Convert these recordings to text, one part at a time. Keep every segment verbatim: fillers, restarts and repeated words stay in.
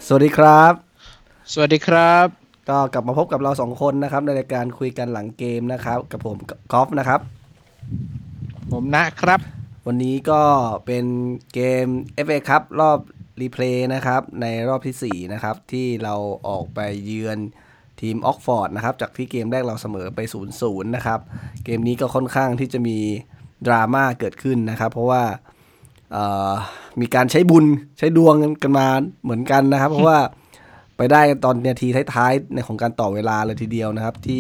สวัสดีครับสวัสดีครับก็กลับมาพบกับเราสองคนนะครับในรายการคุยกันหลังเกมนะครับกับผมกอล์ฟนะครับผมนะครับวันนี้ก็เป็นเกม เอฟ เอ ครับรอบรีเพลย์นะครับในรอบที่สี่นะครับที่เราออกไปเยือนทีมออกฟอร์ดนะครับจากที่เกมแรกเราเสมอไป ศูนย์ศูนย์ นะครับเกมนี้ก็ค่อนข้างที่จะมีดราม่าเกิดขึ้นนะครับเพราะว่ามีการใช้บุญใช้ดวงกันมาเหมือนกันนะครับเพราะว่าไปได้ตอนนาทีท้ายๆในของการต่อเวลาเลยทีเดียวนะครับที่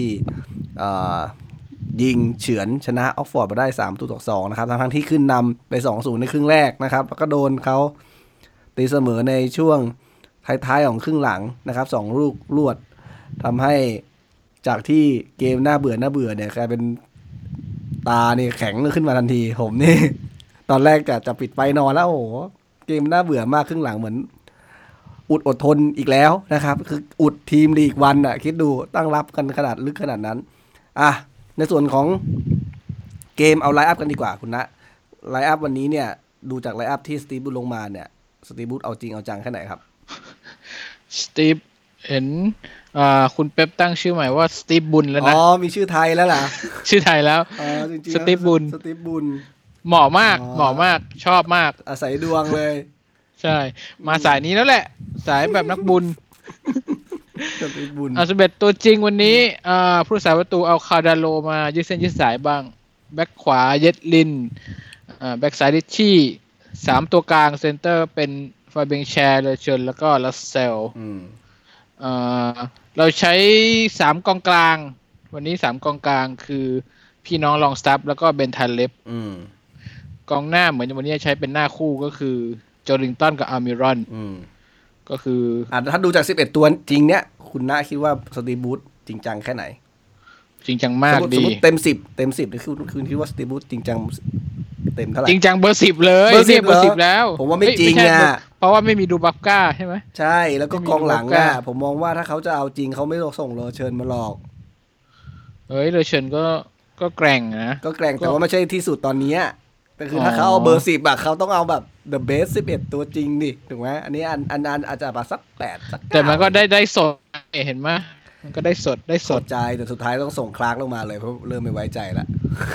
ยิงเฉือนชนะออกฟอร์ดมาได้สามประตูต่อสองนะครับทั้งที่ขึ้นนำไป สองศูนย์ ในครึ่งแรกนะครับแล้วก็โดนเขาตีเสมอในช่วงท้ายๆของครึ่งหลังนะครับสองลูกรวดทำให้จากที่เกมน่าเบื่อน่าเบื่อเนี่ยกลายเป็นตาเนี่ยแข็งขึ้นมาทันทีผมนี่ตอนแรกจะปิดไฟนอนแล้วโอ้โหเกมน่าเบื่อมากครึ่งหลังเหมือนอุดอดทนอีกแล้วนะครับคืออุดทีมลีกวันอ่ะคิดดูตั้งรับกันขนาดลึกขนาดนั้นอ่ะในส่วนของเกมเอาไลน์อัพกันดีกว่าคุณนะไลน์อัพวันนี้เนี่ยดูจากไลน์อัพที่สตีฟบูธลงมาเนี่ยสตีฟบูธเอาจริงเอาจังแค่ไหนครับสตีฟเห็นอ่าคุณเป๊ปตั้งชื่อใหม่ว่าสตีฟบุญแล้วนะอ๋อมีชื่อไทยแล้วล่ะชื่อไทยแล้วอ๋อจริงๆสตีฟบุญสตีฟบุญเหมาะมากเหมาะมากชอบมากอาศัยดวงเลยใช่มาสายนี้แล้วแหละสายแบบนักบุญสตีฟบุญอ่าสิบเอ็ดตัวจริงวันนี้อ่าผู้สาประตูเอาคาร์ดาโลมายืดเส้นยืดสายบ้างแบ็คขวาเยดลินอ่าแบ็คซ้ายดิชชี่สามตัวกลางเซนเตอร์เป็นฟาเบงแชร์เลเชนแล้วก็ลัสเซลอ่าเราใช้สามกองกลางวันนี้สามกองกลางคือพี่น้องลองสตัฟแล้วก็เบนทันเล็บกองหน้าเหมือนวันนี้ใช้เป็นหน้าคู่ก็คือโจลิงตันกับอาร์มิรอนก็คืออ่าถ้าดูจากสิบเอ็ดตัวจริงเนี้ยคุณน่าคิดว่าสตีฟบูธจริงจังแค่ไหนจริงจังมากดีสมมติเต็มสิบเต็มสิบนี่คือคุณคิดว่าสตีฟบูธจริงจังเต็มเท่าไหร่จริงจังเบอร์สิบเลยเบอร์สิบเบอร์สิบแล้วผมว่าไม่จริงอ่ะเพราะว่าไม่มีดูบัฟก้าใช่ไหมใช่แล้วก็กองหลังอ่ะผมมองว่าถ้าเขาจะเอาจริงเขาไม่ส่งโรเชิญมาหลอกเฮ้ยโรเชิญก็ก็แกร่งนะก็แกร่งแต่ว่าไม่ใช่ที่สุดตอนนี้แต่คือถ้าเขาเอาเบอร์สิบอะเขาต้องเอาแบบ the best สิบเอ็ดตัวจริงดิถูกไหมอันนี้อันอันนั้นอาจจะแบบสักแปดสักแต่มันก็ได้ได้สดเห็นไหมมันก็ได้สดได้สดใจแต่สุดท้ายต้องส่งคลาร์กลงมาเลยเพราะเริ่มไม่ไว้ใจละ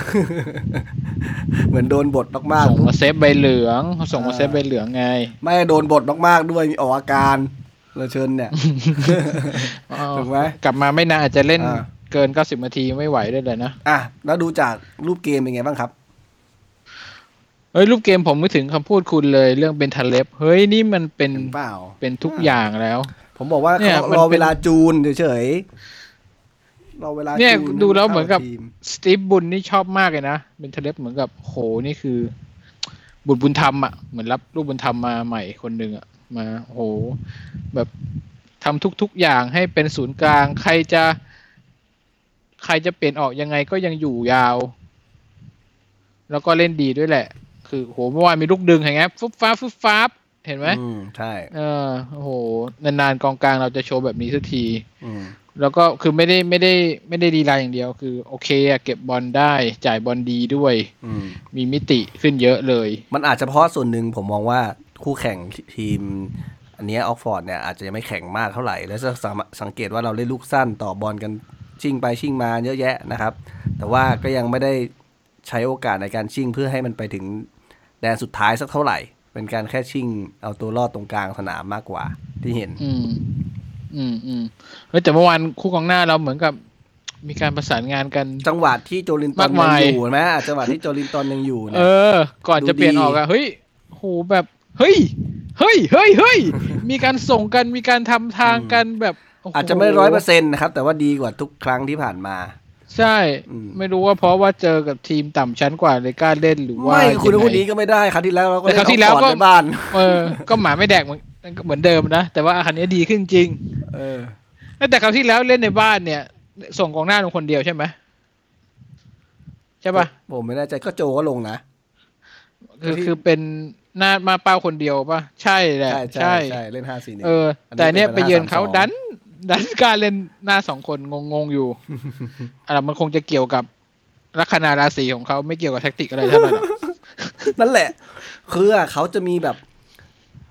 เหมือนโดนบทมากๆส่งมาเซฟใบเหลืองเขาส่งมาเซฟใบเหลืองไงไม่โดนบทมากๆด้วยมีออกอาการเลยเชิญเนี่ยถูกไหมกลับมาไม่นานอาจจะเล่นเกินเก้าสิบนาทีไม่ไหวได้เลยนะอ่ะแล้วดูจากรูปเกมเป็นไงบ้างครับเฮ้ยรูปเกมผมไม่ถึงคำพูดคุณเลยเรื่องเบนทันเล็บเฮ้ยนี่มันเป็นเป็นทุกอย่างแล้วผมบอกว่าเขารอเวลาจูนเฉยๆรอเวลาเนี่ยดูแล้วเหมือนกับสตีฟบุญนี่ชอบมากเลยนะเบนทันเล็บเหมือนกับโหนี่คือบุตรบุญธรรมอ่ะเหมือนรับลูกบุญธรรมมาใหม่คนหนึ่งอ่ะมาโหแบบทำทุกๆอย่างให้เป็นศูนย์กลางใครจะใครจะเปลี่ยนออกยังไงก็ยังอยู่ยาวแล้วก็เล่นดีด้วยแหละคือโหเมื่อวานมีลูกดึงอย่างเงี้ยฟุบฟ้าฟุบฟ้าเห็นไหมอืมใช่เออโหนานๆกองกลางเราจะโชว์แบบนี้สักทีแล้วก็คือไม่ได้ไม่ได้ไม่ได้ดีไลน์อย่างเดียวคือโอเคอะเก็บบอลได้จ่ายบอลดีด้วยมีมิติขึ้นเยอะเลยมันอาจจะเพราะส่วนหนึ่งผมมองว่าคู่แข่งทีมอันนี้ออกฟอร์ดเนี่ยอาจจะยังไม่แข็งมากเท่าไหร่แล้วจะสังเกตว่าเราเล่นลูกสั้นต่อบอลกันชิ่งไปชิ่งมาเยอะแยะนะครับแต่ว่าก็ยังไม่ได้ใช้โอกาสในการชิ่งเพื่อให้มันไปถึงแดนสุดท้ายสักเท่าไหร่เป็นการแค่ชิ่งเอาตัวรอดตรงกลางสนามมากกว่าที่เห็นอืมอืมอืมเฮ้ยแต่เมื่อวานคู่กองหน้าเราเหมือนกับมีการประสานงานกันจังหวะที่โจลินตันยังอยู่ไหมจังหวะที่โจลินตันยังอยู่เนี่ยเออก่อนจะเปลี่ยนออกอะเฮ้ยโหแบบเฮ้ยเฮ้ยเฮ้ยเฮ้ยมีการส่งกันมีการทำทางกันแบบอาจจะไม่ร้อยเปอร์เซ็นต์นะครับแต่ว่าดีกว่าทุกครั้งที่ผ่านมาใช่ไม่รู้ว่าเพราะว่าเจอกับทีมต่ำชั้นกว่าเลยกล้าเล่นหรือว่าไม่คุณคนนี้ก็ไม่ได้ครั้งที่แล้วเราก็เล่นเอาก่อนในบ้านเออก็หมาไม่แดกเหมือนเดิมนะแต่ว่าครั้งนี้ดีขึ้นจริงเออแต่คราวที่แล้วเล่นในบ้านเนี่ยส่งกองหน้าลงคนเดียวใช่ไหมใช่ป่ะผมไม่แน่ใจก็โจก็ลงนะคือคือเป็นหน้ามาเป้าคนเดียวป่ะใช่แหละใช่ใช่เล่นห้าสี่หนึ่งเออแต่เนี้ยไปเยือนเขาดันดันการเล่นหน้าสองคนงงๆอยู่อะไรมันคงจะเกี่ยวกับลัคนาราศีของเขาไม่เกี่ยวกับแท็กติกอะไรเท่าไหร่หรอกนั่นแหละคือเขาจะมีแบบ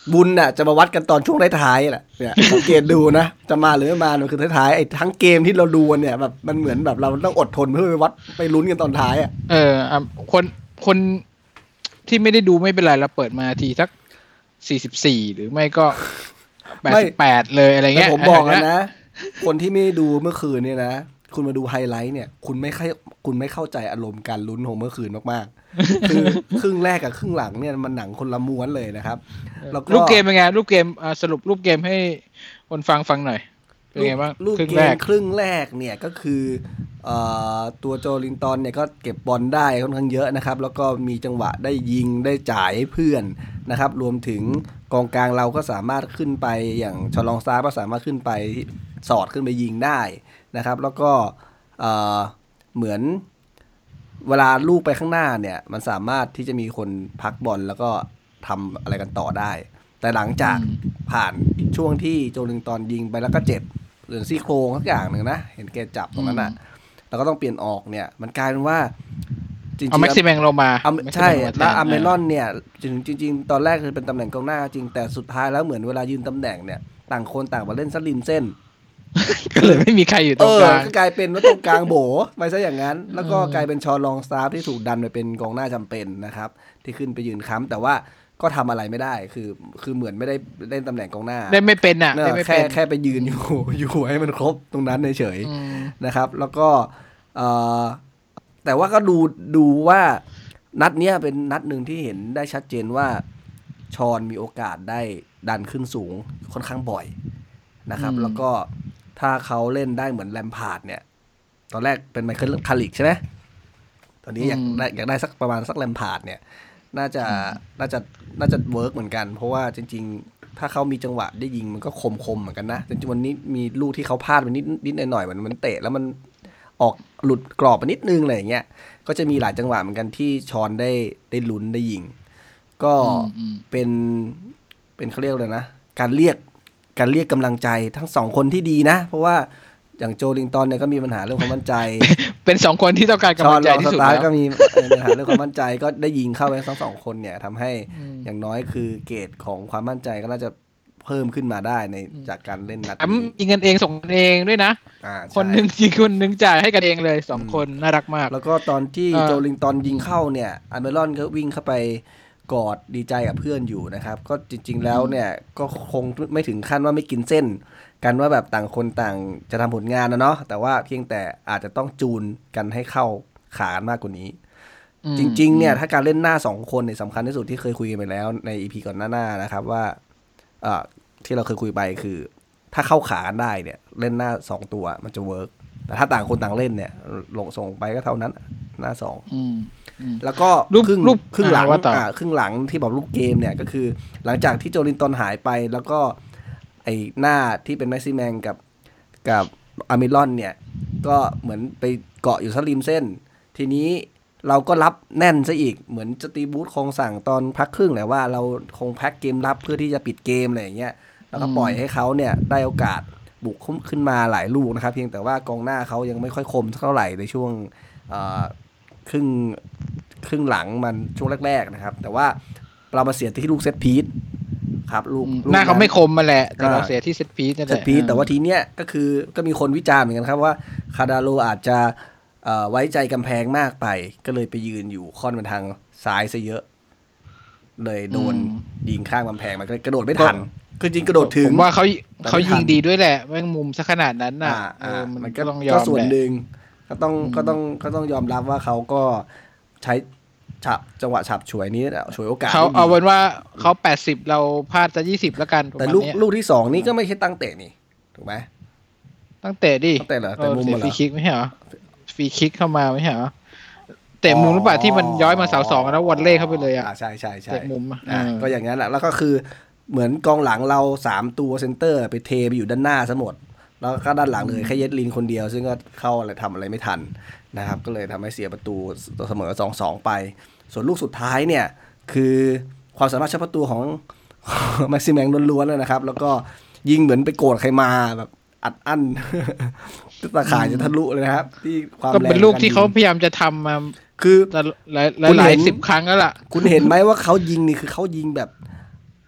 บุญน่ะจะมาวัดกันตอนช่วงท้ายๆแหละเนี่ยสังเกตดูนะจะมาหรือไม่มามันคือท้ายๆไอ้ทั้งเกมที่เราดูเนี่ยแบบมันเหมือนแบบเราต้องอดทนเพื่อไปวัดไปลุ้นกันตอนท้ายอ่ะเออคนคนที่ไม่ได้ดูไม่เป็นไรเราเปิดมาทีสักสี่สิบสี่หรือไม่ก็แปดสิบแปดเลยอะไรเงี้ยผมบอกแล้วนะคนที่ไม่ดูเมื่อคืนเนี่ยนะคุณมาดูไฮไลท์เนี่ยคุณไม่เข้าคุณไม่เข้าใจอารมณ์การลุ้นของเมื่อคืนมากๆคือครึ่งแรกกับครึ่งหลังเนี่ยมันหนังคนละม้วนเลยนะครับแล้วก็รูปเกมเป็นไงรูปเกมสรุปรูปเกมให้คนฟังฟังหน่อยเป็นไงบ้างรูปเกมครึ่งแรกเนี่ยก็คือตัวโจลินตันเนี่ยก็เก็บบอลได้ค่อนข้างเยอะนะครับแล้วก็มีจังหวะได้ยิงได้จ่ายให้เพื่อนนะครับรวมถึงกองกลางเราก็สามารถขึ้นไปอย่างชอลองซาก็สามารถขึ้นไปสอดขึ้นไปยิงได้นะครับแล้วก็เหมือนเวลาลูกไปข้างหน้าเนี่ยมันสามารถที่จะมีคนพักบอลแล้วก็ทำอะไรกันต่อได้แต่หลังจากผ่านช่วงที่โจลินตันยิงไปแล้วก็เจ็บหรือซี่โครงสักอย่างหนึ่งนะเห็นแกจับตรงนั้นอ่ะแล้วก็ต้องเปลี่ยนออกเนี่ยมันกลายเป็นว่าจริงๆเอาแม็กซิแมงลงมาใช่แล้วอเมรอนเนี่ยจริงจริงตอนแรกคือเป็นตำแหน่งกองหน้าจริงแต่สุดท้ายแล้วเหมือนเวลายืนตำแหน่งเนี่ยต่างคนต่างมาเล่นซะริมเส้นก็เลยไม่มีใครอยู่ตรงกลางก็กลายเป็นว่าตรงกลางโบไปซะอย่างนั้นแล้วก็กลายเป็นชอลองซาฟที่ถูกดันไปเป็นกองหน้าจำเป็นนะครับที่ขึ้นไปยืนค้ำแต่ว่าก็ทำอะไรไม่ได้คือคือเหมือนไม่ได้เล่นตำแหน่งกองหน้าได้ไม่เป็นอ่ะแค่แค่ไปยืนอยู่อยู่ให้มันครบตรงนั้นเฉยๆนะครับแล้วก็แต่ว่าก็ดูดูว่านัดเนี้ยเป็นนัดหนึ่งที่เห็นได้ชัดเจนว่าชอนมีโอกาสได้ดันขึ้นสูงค่อนข้างบ่อยนะครับแล้วก็ถ้าเขาเล่นได้เหมือนแลมพาร์ดเนี่ยตอนแรกเป็นไมเคิลคาริกใช่ไหมตอนนี้อยากได้อยากได้สักประมาณสักแลมพาร์ดเนี่ยน่าจะน่าจะน่าจะเวิร์กเหมือนกันเพราะว่าจริงๆถ้าเขามีจังหวะได้ยิงมันก็คมๆเหมือนกันนะจริงๆวันนี้มีลูกที่เขาพลาดไปนิดนิดหน่อยๆเหมือนมันเตะแล้วมันออกหลุดกรอบไปนิดนึงอะไรอย่างเงี้ยก็จะมีหลายจังหวะเหมือนกันที่ชอนได้ได้ลุ้นได้ยิงก็เป็นเป็นเขาเรียกเลยนะการเรียกการเรียกกำลังใจทั้งสองคนที่ดีนะเพราะว่าอย่างโจลิงตันเนี่ยก็มีปัญหาเรื่องความมั่นใจเป็นสองคนที่ต้องการกำลังใจที่สุดแล้วก็มีปัญหาเรื่องความมั่นใจก็ได้ยิงเข้าไปทั้งสองคนเนี่ยทำให้อย่างน้อยคือเกรดของความมั่นใจก็น่าจะเพิ่มขึ้นมาได้ในจากการเล่นนัดนี้ยิงกันเองส่งกันเองด้วยนะคนนึงยิงคนนึงจ่ายให้กันเองเลยสองคนน่ารักมากแล้วก็ตอนที่โจลิงตันยิงเข้าเนี่ยอเมรอนก็วิ่งเข้าไปกอดดีใจกับเพื่อนอยู่นะครับก็จริงๆแล้วเนี่ยก็คงไม่ถึงขั้นว่าไม่กินเส้นกันว่าแบบต่างคนต่างจะทำผลงานนะเนาะแต่ว่าเพียงแต่อาจจะต้องจูนกันให้เข้าขากันมากกว่านี้จริงๆเนี่ยถ้าการเล่นหน้าสองคนเนี่ยสำคัญที่สุดที่เคยคุยกันไปแล้วใน อี พี ก่อนหน้าๆนะครับว่าเอ่อที่เราเคยคุยไปคือถ้าเข้าขากันได้เนี่ยเล่นหน้าสองตัวมันจะเวิร์กแต่ถ้าต่างคนต่างเล่นเนี่ยลงส่งไปก็เท่านั้นหน้าสองแล้วก็ครึ่งครึ่งหลังอ่าครึ่งหลังที่บอกลูกเกมเนี่ยก็คือหลังจากที่โจลินตันหายไปแล้วก็ไอ้หน้าที่เป็นแม็กซิแมงกับกับอเมรอนเนี่ยก็เหมือนไปเกาะอยู่ซะริมเส้นทีนี้เราก็รับแน่นซะอีกเหมือนสตีบูธคงสั่งตอนพักครึ่งแหละว่าเราคงแพ็คเกมรับเพื่อที่จะปิดเกมอะไรอย่างเงี้ยแล้วก็ปล่อยให้เขาเนี่ยได้โอกาสบุกขึ้นมาหลายลูกนะครับเพียงแต่ว่ากองหน้าเขายังไม่ค่อยคมเท่าไหร่ในช่วงครึ่งครึ่งหลังมันช่วงแรกๆนะครับแต่ว่าเรามาเสียที่ลูกเซตพีซครับลูกหน้าเขาไม่คมมาแหละแต่เราเสียที่เซตพีซนั่นแหละเซตพีซแต่ว่าทีเนี้ยก็คือก็มีคนวิจารณ์เหมือนกันครับว่าคาดาโลอาจจะไว้ใจกำแพงมากไปก็เลยไปยืนอยู่ค่อนไปทางซ้ายซะเยอะเลยโดนยิงข้างกำแพงมันก็กระโดดไม่ทันคือจริงกระโดดถึงผมว่าเขาเขายิงดีด้วยแหละแม่งมุมซะขนาดนั้นน่ะมันก็ต้องยอมส่วนหนึ่งก็ต้องก็ต้องก็ต้องยอมรับว่าเขาก็ใช้ฉับจังหวะฉับฉวยนี้ฉวยโอกาสเขาเอาเป็นว่าเขาแปดสิบเราพลาดจะยี่สิบแล้วกันแต่ลูกลูกที่สองนี่ก็ไม่ใช่ตั้งเตะนี่ถูกไหมตั้งเตะดิตั้งเตะเหรอแต่มุมฟรีคิกไม่ใช่เหรอฟรีคิกเข้ามาไม่ใช่เหรอเตะมุมหรือเปล่าที่มันย้อยมาเสาสองแล้ววอลเล่เข้าไปเลยอ่ะใช่ใช่ใช่เตะมุมอ่าก็อย่างนั้นแหละแล้วก็คือเหมือนกองหลังเราสามตัวเซนเตอร์ไปเทไปอยู่ด้านหน้าซะหมดแล้วก็ด้านหลังเลยแค่เย็ดลินคนเดียวซึ่งก็เข้าอะไรทำอะไรไม่ทันนะครับก็เลยทำให้เสียประตูเสมอ สองสอง ไปส่วนลูกสุดท้ายเนี่ยคือความสามารถเฉพาะตัวของแม็กซิแมงล้วนๆเลยนะครับแล้วก็ยิงเหมือนไปโกรธใครมาแบบอัดอั้นตะข่ายจะทะลุเลยนะครับที่ความแรงก็เป็นลูกที่เขาพยายามจะทำมาคือหลายหลายสิบครั้งแล้วล่ะคุณเห็นไหมว่าเขายิงนี่คือเขายิงแบบ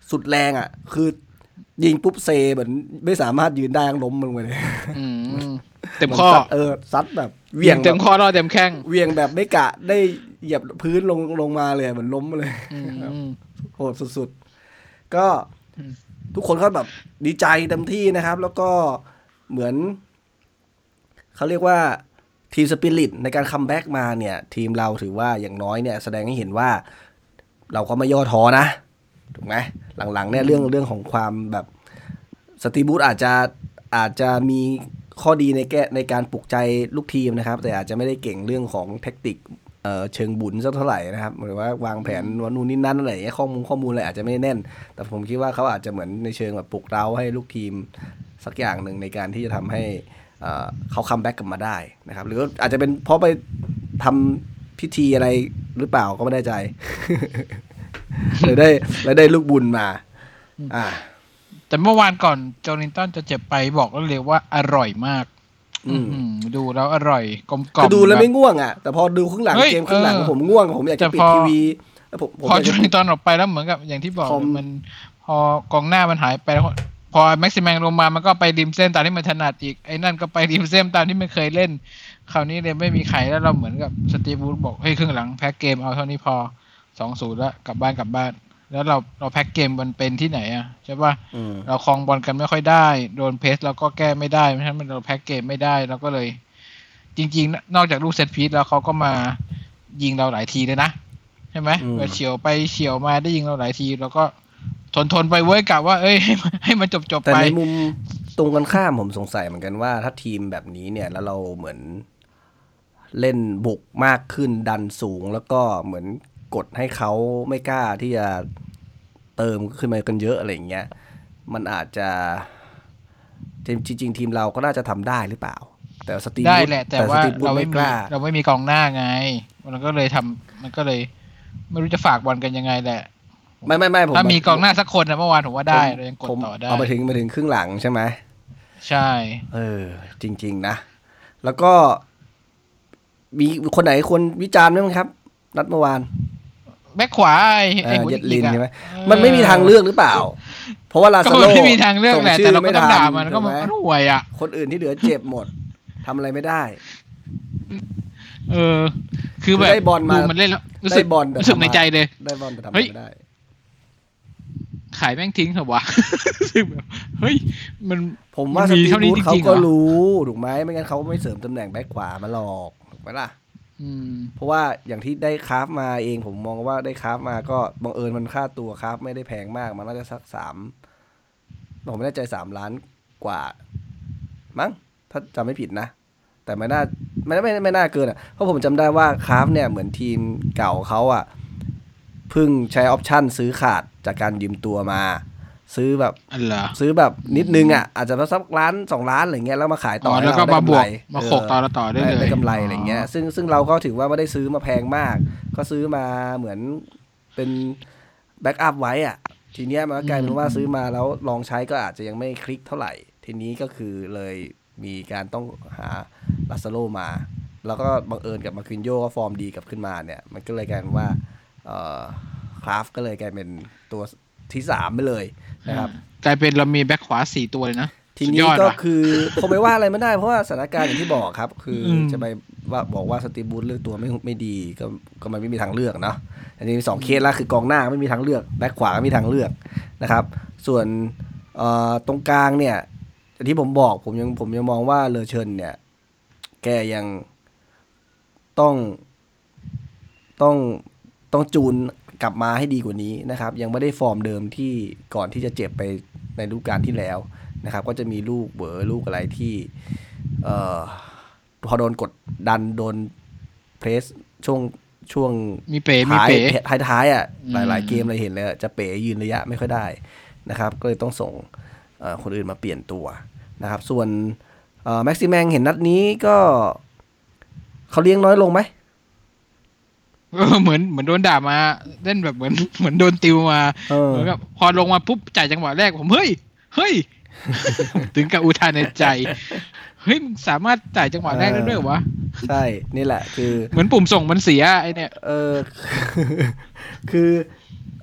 สุดแรงอ่ะคือยิงปุ๊บเซเหมือนไม่สามารถยืนได้ล้มลงไปเลยเต็มข้อเออซัดแบบเวียงเต็มข้อรอดเต็มแข้งเวียงแบบไม่กะได้เหยียบพื้นลงลงมาเลยเหมือนล้มเลยโหดสุดๆก็ทุกคนก็แบบดีใจเต็มที่นะครับแล้วก็เหมือนเขาเรียกว่าทีมสปิริตในการคัมแบ็กมาเนี่ยทีมเราถือว่าอย่างน้อยเนี่ยแสดงให้เห็นว่าเราก็ไม่ย่อท้อนะถูกไหมหลังๆเนี่ยเรื่องเรื่องของความแบบสตีบูธอาจจะอาจจะมีข้อดีในแก้ในการปลุกใจลูกทีมนะครับแต่อาจจะไม่ได้เก่งเรื่องของแทคติกเอ่อเชิงบุญสักเท่าไหร่นะครับหรือว่าวางแผนวันนู้นนี่นั่นอะไรอย่างเงี้ยข้อมูลข้อมูลอะไรอาจจะไม่แน่นแต่ผมคิดว่าเขาอาจจะเหมือนในเชิงแบบปลุกเร้าให้ลูกทีมสักอย่างหนึ่งในการที่จะทำให้เขาคัมแบ็กกลับมาได้นะครับหรืออาจจะเป็นเพราะไปทำพิธีอะไรหรือเปล่าก็ไม่แน่ใจ เลยได้เลยได้ลูกบุญมาอ่าแต่เมื่อวานก่อนโจลินตันจะเจ็บไปบอกแล้วเลยว่าอร่อยมากดูแล้วอร่อยกลมกล่อมดูแล้วไม่ง่วงอ่ะแต่พอดูครึ่งหลังเกมครึ่งหลังผมง่วงผมอยากจะปิดทีวีพอโจลินตันออกไปแล้วเหมือนกับอย่างที่บอกมันพอกองหน้ามันหายไปแล้วพอแม็กซิแมงลงมามันก็ไปริมเส้นตามที่มันถนัดอีกไอ้นั่นก็ไปริมเส้นตามที่มันเคยเล่นคราวนี้เลยไม่มีใครแล้วเราเหมือนกับสตีฟวูดบอกเฮ้ยครึ่งหลังแพ็คเกมเอาเท่านี้พอ สองศูนย์ แล้วกลับบ้านกลับบ้านแล้วเราเราแพ็คเกมมันเป็นที่ไหนอ่ะใช่ป่ะเราครองบอลกันไม่ค่อยได้โดนเพสเราก็แก้ไม่ได้เพราะฉะนั้นเราแพ็คเกมไม่ได้เราก็เลยจริงๆนอกจากลูกเซตพีซแล้วเขาก็มายิงเราหลายทีเลยนะใช่ไหมเฉียวไปเฉียวมาได้ยิงเราหลายทีเราก็ทนทนไปเว้ยกะว่าเอ้ยให้ให้มันจบจบไปแต่ในมุมตรงกันข้ามผมสงสัยเหมือนกันว่าถ้าทีมแบบนี้เนี่ยแล้วเราเหมือนเล่นบุกมากขึ้นดันสูงแล้วก็เหมือนกดให้เขาไม่กล้าที่จะเติมขึ้นมากันเยอะอะไรอย่างเงี้ยมันอาจจะจริงๆทีมเราก็น่าจะทำได้หรือเปล่าแต่สตีฟได้แหละแต่ว่าเราไม่มีเราไม่มีกองหน้าไงมันก็เลยทำมันก็เลยไม่รู้จะฝากบอลกันยังไงแหละไม่ไม่ไม่ผมถ้ามีกองหน้าสักคนนะเมื่อวานผมว่าได้เรายังกดต่อได้เอาไปถึงมาถึงครึ่งหลังใช่ไหมใช่เออจริงๆนะแล้วก็มีคนไหนควรวิจารณ์ไหมครับนัดเมื่อวานแบ็คขวาไอ้เย็ดลินใช่ไหมมันไม่มีทางเลือกหรือเปล่าเพราะว่าลาซาโลไม่มีทางเลือกแหละแต่เราก็ต้องด่ามันก็มันห่วยอ่ะคนอื่นที่เหลือเจ็บหมดทำอะไรไม่ได้เออคือแบบได้บอลมามันเล่นแล้วรู้สึกรู้สึกในใจเลยได้บอลแต่ทำไม่ได้ขายแม่งทิ้งเหรอวะซึ่งแบบเฮ้ยมันผมว่าสตีฟวูดเขาก็รู้ถูกไหมไม่งั้นเขาไม่เสริมตำแหน่งแบ็คขวามาหรอกถูกไหมล่ะเพราะว่าอย่างที่ได้คราฟมาเองผมมองว่าได้คราฟมาก็บังเอิญมันค่าตัวคราฟไม่ได้แพงมากมันน่าจะสักสามผมไม่แน่ใจสามล้านกว่ามั้งถ้าจำไม่ผิดนะแต่ไม่น่าไม่ไม่ไม่น่าเกินอ่ะเพราะผมจำได้ว่าคราฟเนี่ยเหมือนทีมเก่าเขาอ่ะเพิ่งใช้ออปชั่นซื้อขาดจากการยืมตัวมาซื้อแบบซื้อแบบนิดนึงอ่ะอาจจะสักล้านสองล้านอะไรเงี้ยแล้วมาขายต่อแล้วก็มาบวกมาโขกต่อแล้วต่อได้เลยได้กำไรอะไรเงี้ยซึ่งซึ่งเราก็ถือว่าไม่ได้ซื้อมาแพงมากก็ซื้อมาเหมือนเป็นแบ็กอัพไว้อ่ะทีเนี้ยมันก็กลายเป็นว่าซื้อมาแล้วลองใช้ก็อาจจะยังไม่คลิกเท่าไหร่ทีนี้ก็คือเลยมีการต้องหาลาซาโลมาแล้วก็บังเอิญกับมาคินโยก็ฟอร์มดีกลับขึ้นมาเนี่ยมันก็เลยกลายเป็นว่าเอ่อคราฟก็เลยกลายเป็นตัวที่สามไปเลยนะครับกลายเป็นเรามีแบ็คขวาสี่ตัวเลยนะทีนี้ก็คือคงไม่ว่าอะไรไม่ได้เพราะว่าสถานการณ์อย่างที่บอกครับคือจะไปว่าบอกว่าสตีฟวูดเลือกตัวไม่ไม่ดีก็ก็มันไม่มีทางเลือกเนาะอันนี้มีสองเคสแล้วคือกองหน้าไม่มีทางเลือกแบ็คขวาก็มีทางเลือกนะครับส่วนเอ่อตรงกลางเนี่ยที่ผมบอกผมยังผมยังมองว่าเลอเชิญเนี่ยแกยังต้องต้องต้องจูนกลับมาให้ดีกว่านี้นะครับยังไม่ได้ฟอร์มเดิมที่ก่อนที่จะเจ็บไปในฤดูกาลที่แล้วนะครับก็จะมีลูกเบอร์ลูกอะไรที่เอ่อพอโดนกดดันโดนเพรสช่วงช่วงมีเป๋มีเป๋ท้ายๆอ่ะหลายๆเกมเราเห็นเลยจะเป๋ยืนระยะไม่ค่อยได้นะครับก็เลยต้องส่งคนอื่นมาเปลี่ยนตัวนะครับส่วนแม็กซิแมงเห็นนัดนี้ก็เขาเลี้ยงน้อยลงไหมเหมือนเหมือนโดนด่ามาเล่นแบบเหมือนเหมือนโดนติวมาเหมือนกับพอลงมาปุ๊บจ่ายจังหวะแรกผมเฮ้ยเฮ้ยถึงกับอุทานในใจเฮ้ยมึงสามารถจ่ายจังหวะแรกได้ด้วยวะใช่นี่แหละคือเหมือนปุ่มส่งมันเสียไอเนี่ยเออคือ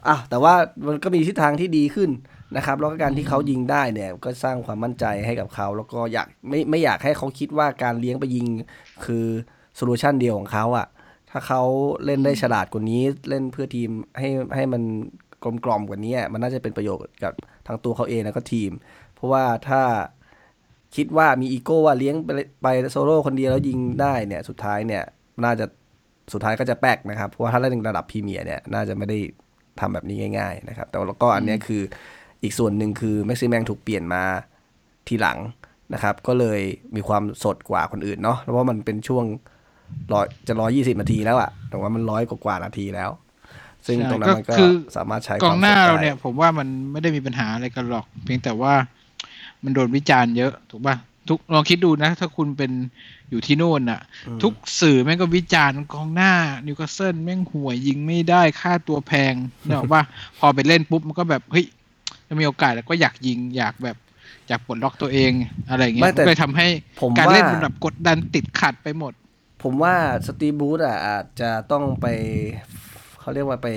อ่ะแต่ว่ามันก็มีทิศทางที่ดีขึ้นนะครับแล้วก็การที่เขายิงได้เนี่ยก็สร้างความมั่นใจให้กับเขาแล้วก็อยากไม่ไม่อยากให้เขาคิดว่าการเลี้ยงไปยิงคือโซลูชันเดียวของเขาอ่ะถ้าเขาเล่นได้ฉลาดกว่านี้เล่นเพื่อทีมให้ให้มันกลมกล่อมกว่านี้มันน่าจะเป็นประโยชน์กับทั้งตัวเขาเองแล้วก็ทีมเพราะว่าถ้าคิดว่ามีอีโก้ว่าเลี้ยงไปไปโซโล่คนเดียวแล้วยิงได้เนี่ยสุดท้ายเนี่ยน่าจะสุดท้ายก็จะแป๊กนะครับเพราะว่าถ้าเล่นในระดับพรีเมียร์เนี่ยน่าจะไม่ได้ทำแบบนี้ง่ายๆนะครับแต่แล้วก็อันนี้คืออีกส่วนหนึ่งคือแม็กซิแมงถูกเปลี่ยนมาทีหลังนะครับก็เลยมีความสดกว่าคนอื่นเนาะเพราะว่ามันเป็นช่วงร้อยจะร้อยยี่สิบนาทีแล้วอะแต่ว่ามันร้อยกว่านาทีแล้วซึ่งตรงนั้นมันก็สามารถใช้กองหน้าเราเนี่ยผมว่ามันไม่ได้มีปัญหาอะไรกันหรอกเพียงแต่ว่ามันโดนวิจารณ์เยอะถูกป่ะทุกลองคิดดูนะถ้าคุณเป็นอยู่ที่โน่นน่ะทุกสื่อแม่งก็วิจารณ์กองหน้านิวคาสเซิลแม่งห่วยยิงไม่ได้ค่าตัวแพงเนอะว่าพอไปเล่นปุ๊บมันก็แบบเฮ้ยจะมีโอกาสแล้วก็อยากยิงอยากแบบอยากปลดล็อกตัวเองอะไรอย่างเงี้ยก็เลยทำให้การเล่นมันแบบกดดันติดขัดไปหมดผมว่าสตีฟบูธอ่ะอาจจะต้องไปเขาเรียกว่าไป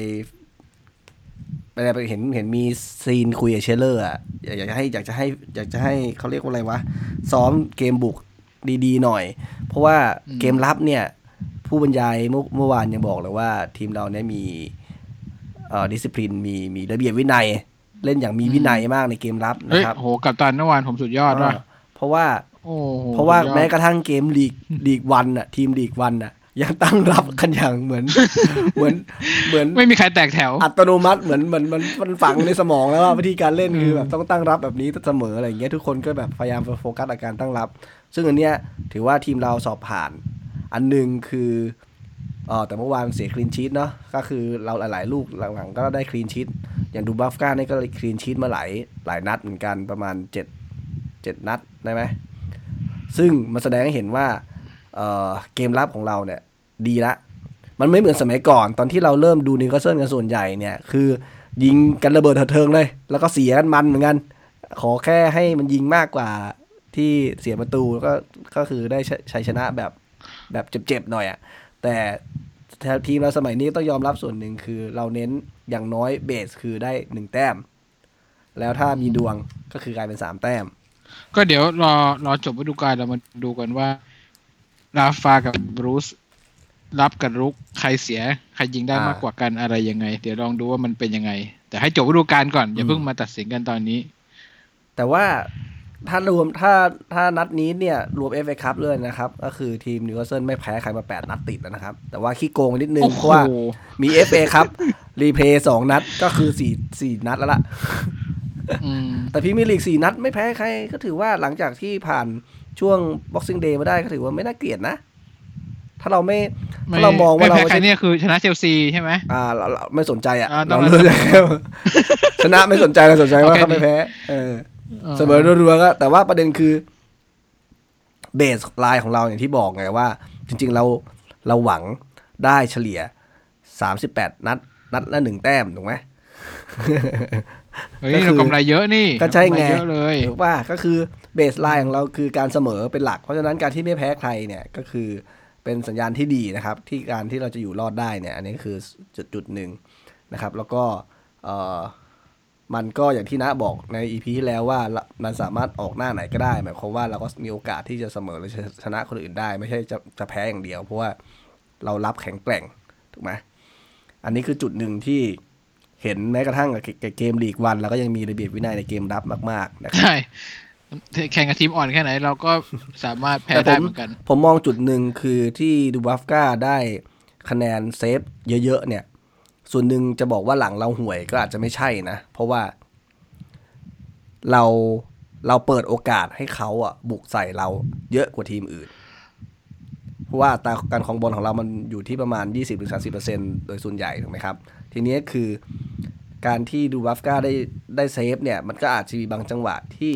ไปเห็นเห็นมีซีนคุยกับเชลเลอร์อ่ะอยากจะให้อยากจะให้อยากจะให้เขาเรียกว่าอะไรวะซ้อมเกมบุกดีๆหน่อยเพราะว่าเกมรับเนี่ยผู้บรรยายเมื่อเมื่อวานยังบอกเลยว่าทีมเราเนี่ยมีเอ่อดิสซิปลินมีมีระเบียบวินัยเล่นอย่างมีวินัยมากในเกมรับนะครับโหกับตอนเมื่อวานผมสุดยอดว่ะเพราะว่าเพราะว่าแม้กระทั่งเกมลีกลีกวันอ่ะทีมลีกวันอ่ะยังตั้งรับกันอย่างเหมือนเหมือนเหมือนไม่มีใครแตกแถวอัตโนมัติเหมือนเหมือนมันมันฝังในสมองแล้วว่าวิธีการเล่นคือแบบต้องตั้งรับแบบนี้เสมออะไรอย่างเงี้ยทุกคนก็แบบพยายามโฟกัสอาการตั้งรับซึ่งอันเนี้ยถือว่าทีมเราสอบผ่านอันนึงคืออ๋อแต่เมื่อวานเสียคลีนชีทเนาะก็คือเราหลายๆลูกหลังๆก็ได้คลีนชีทอย่างดูบัฟก้านี่ก็คลีนชีทมาหลายหลายนัดเหมือนกันประมาณเจ็ด เจ็ดนัดได้ไหมซึ่งมันแสดงให้เห็นว่าเอ่อเกมรับของเราเนี่ยดีละมันไม่เหมือนสมัยก่อนตอนที่เราเริ่มดูนิวคาสเซิลกันส่วนใหญ่เนี่ยคือยิงกันระเบิดเถิงเลยแล้วก็เสียกันมันเหมือนกันขอแค่ให้มันยิงมากกว่าที่เสียประตูก็ก็คือได้ชัยชนะแบบแบบเจ็บๆหน่อยอ่ะแต่ทีมเราสมัยนี้ต้องยอมรับส่วนหนึ่งคือเราเน้นอย่างน้อยเบสคือได้หนึ่งแต้มแล้วถ้ามีดวงก็คือกลายเป็นสามแต้มก็เดี๋ยวรอรอจบฤดูกาลเรามาดูกันว่าราฟากับบรูซรับกับรุกใครเสียใครยิงได้มากกว่ากันอะไรยังไงเดี๋ยวลองดูว่ามันเป็นยังไงแต่ให้จบฤดูกาลก่อนอย่าเพิ่งมาตัดสินกันตอนนี้แต่ว่าถ้ารวมถ้าถ้านัดนี้เนี่ยรวม เอฟ เอ Cup เลยนะครับก็คือทีมนิวคาสเซิลไม่แพ้ใครมาแปดนัดติดแล้วนะครับแต่ว่าขี้โกงนิดนึงเพราะว่ามี เอฟ เอ Cup รีเพย์สองนัดก็คือสี่ สี่นัดแล้วล่ะแต่พรีเมียร์ลีกสี่นัดไม่แพ้ใครก็ถือว่าหลังจากที่ผ่านช่วง Boxing Day มาได้ก็ถือว่าไม่น่าเกลียดนะถ้าเราไม่ถ้าเรามองว่าเราไม่แพ้ใครเนี่ยคือชนะเชลซีใช่ไหมอ่าเราไม่สนใจอ่ะเราเลือกชนะไม่สนใจเราสนใจว่าเขาไม่แพ้เออเสมอรัวๆก็แต่ว่าประเด็นคือเบสไลน์ของเราอย่างที่บอกไงว่าจริงๆเราเราหวังได้เฉลี่ยสามสิบแปดนัดนัดละหนึ่งแต้มถูกไหมเฮ้ยเรากำไรเยอะนี่ก็ใช่ไงถูกป่ะก็คือเบสไลน์ของเราคือการเสมอเป็นหลักเพราะฉะนั้นการที่ไม่แพ้ใครเนี่ยก็คือเป็นสัญญาณที่ดีนะครับที่การที่เราจะอยู่รอดได้เนี่ยอันนี้คือจุดจุดหนึ่งนะครับแล้วก็เอ่อมันก็อย่างที่น้าบอกใน อี พี ที่แล้วว่ามันสามารถออกหน้าไหนก็ได้หมายความว่าเราก็มีโอกาสที่จะเสมอหรือชนะคนอื่นได้ไม่ใช่จะจะแพ้อย่างเดียวเพราะว่าเรารับแข็งแกร่งถูกไหมอันนี้คือจุดหนึ่งที่เห็นแม้กระทั่งเกมลีกวันเราก็ยังมีระเบียบวินัยในเกมรับมากๆนะครับใช่แข่งกับทีมอ่อนแค่ไหนเราก็สามารถแพ้ได้เหมือนกันผมมองจุดหนึ่งคือที่ดูบัฟก้าได้คะแนนเซฟเยอะๆเนี่ยส่วนหนึ่งจะบอกว่าหลังเราห่วยก็อาจจะไม่ใช่นะเพราะว่าเราเราเปิดโอกาสให้เขาอ่ะบุกใส่เราเยอะกว่าทีมอื่นเพราะว่าตาการครองบอลของเรามันอยู่ที่ประมาณ ยี่สิบถึงสามสิบเปอร์เซ็นต์ โดยส่วนใหญ่ถูกไหมครับทีนี้คือการที่ดูบัฟก้าได้ได้เซฟเนี่ยมันก็อาจจะมีบางจังหวะที่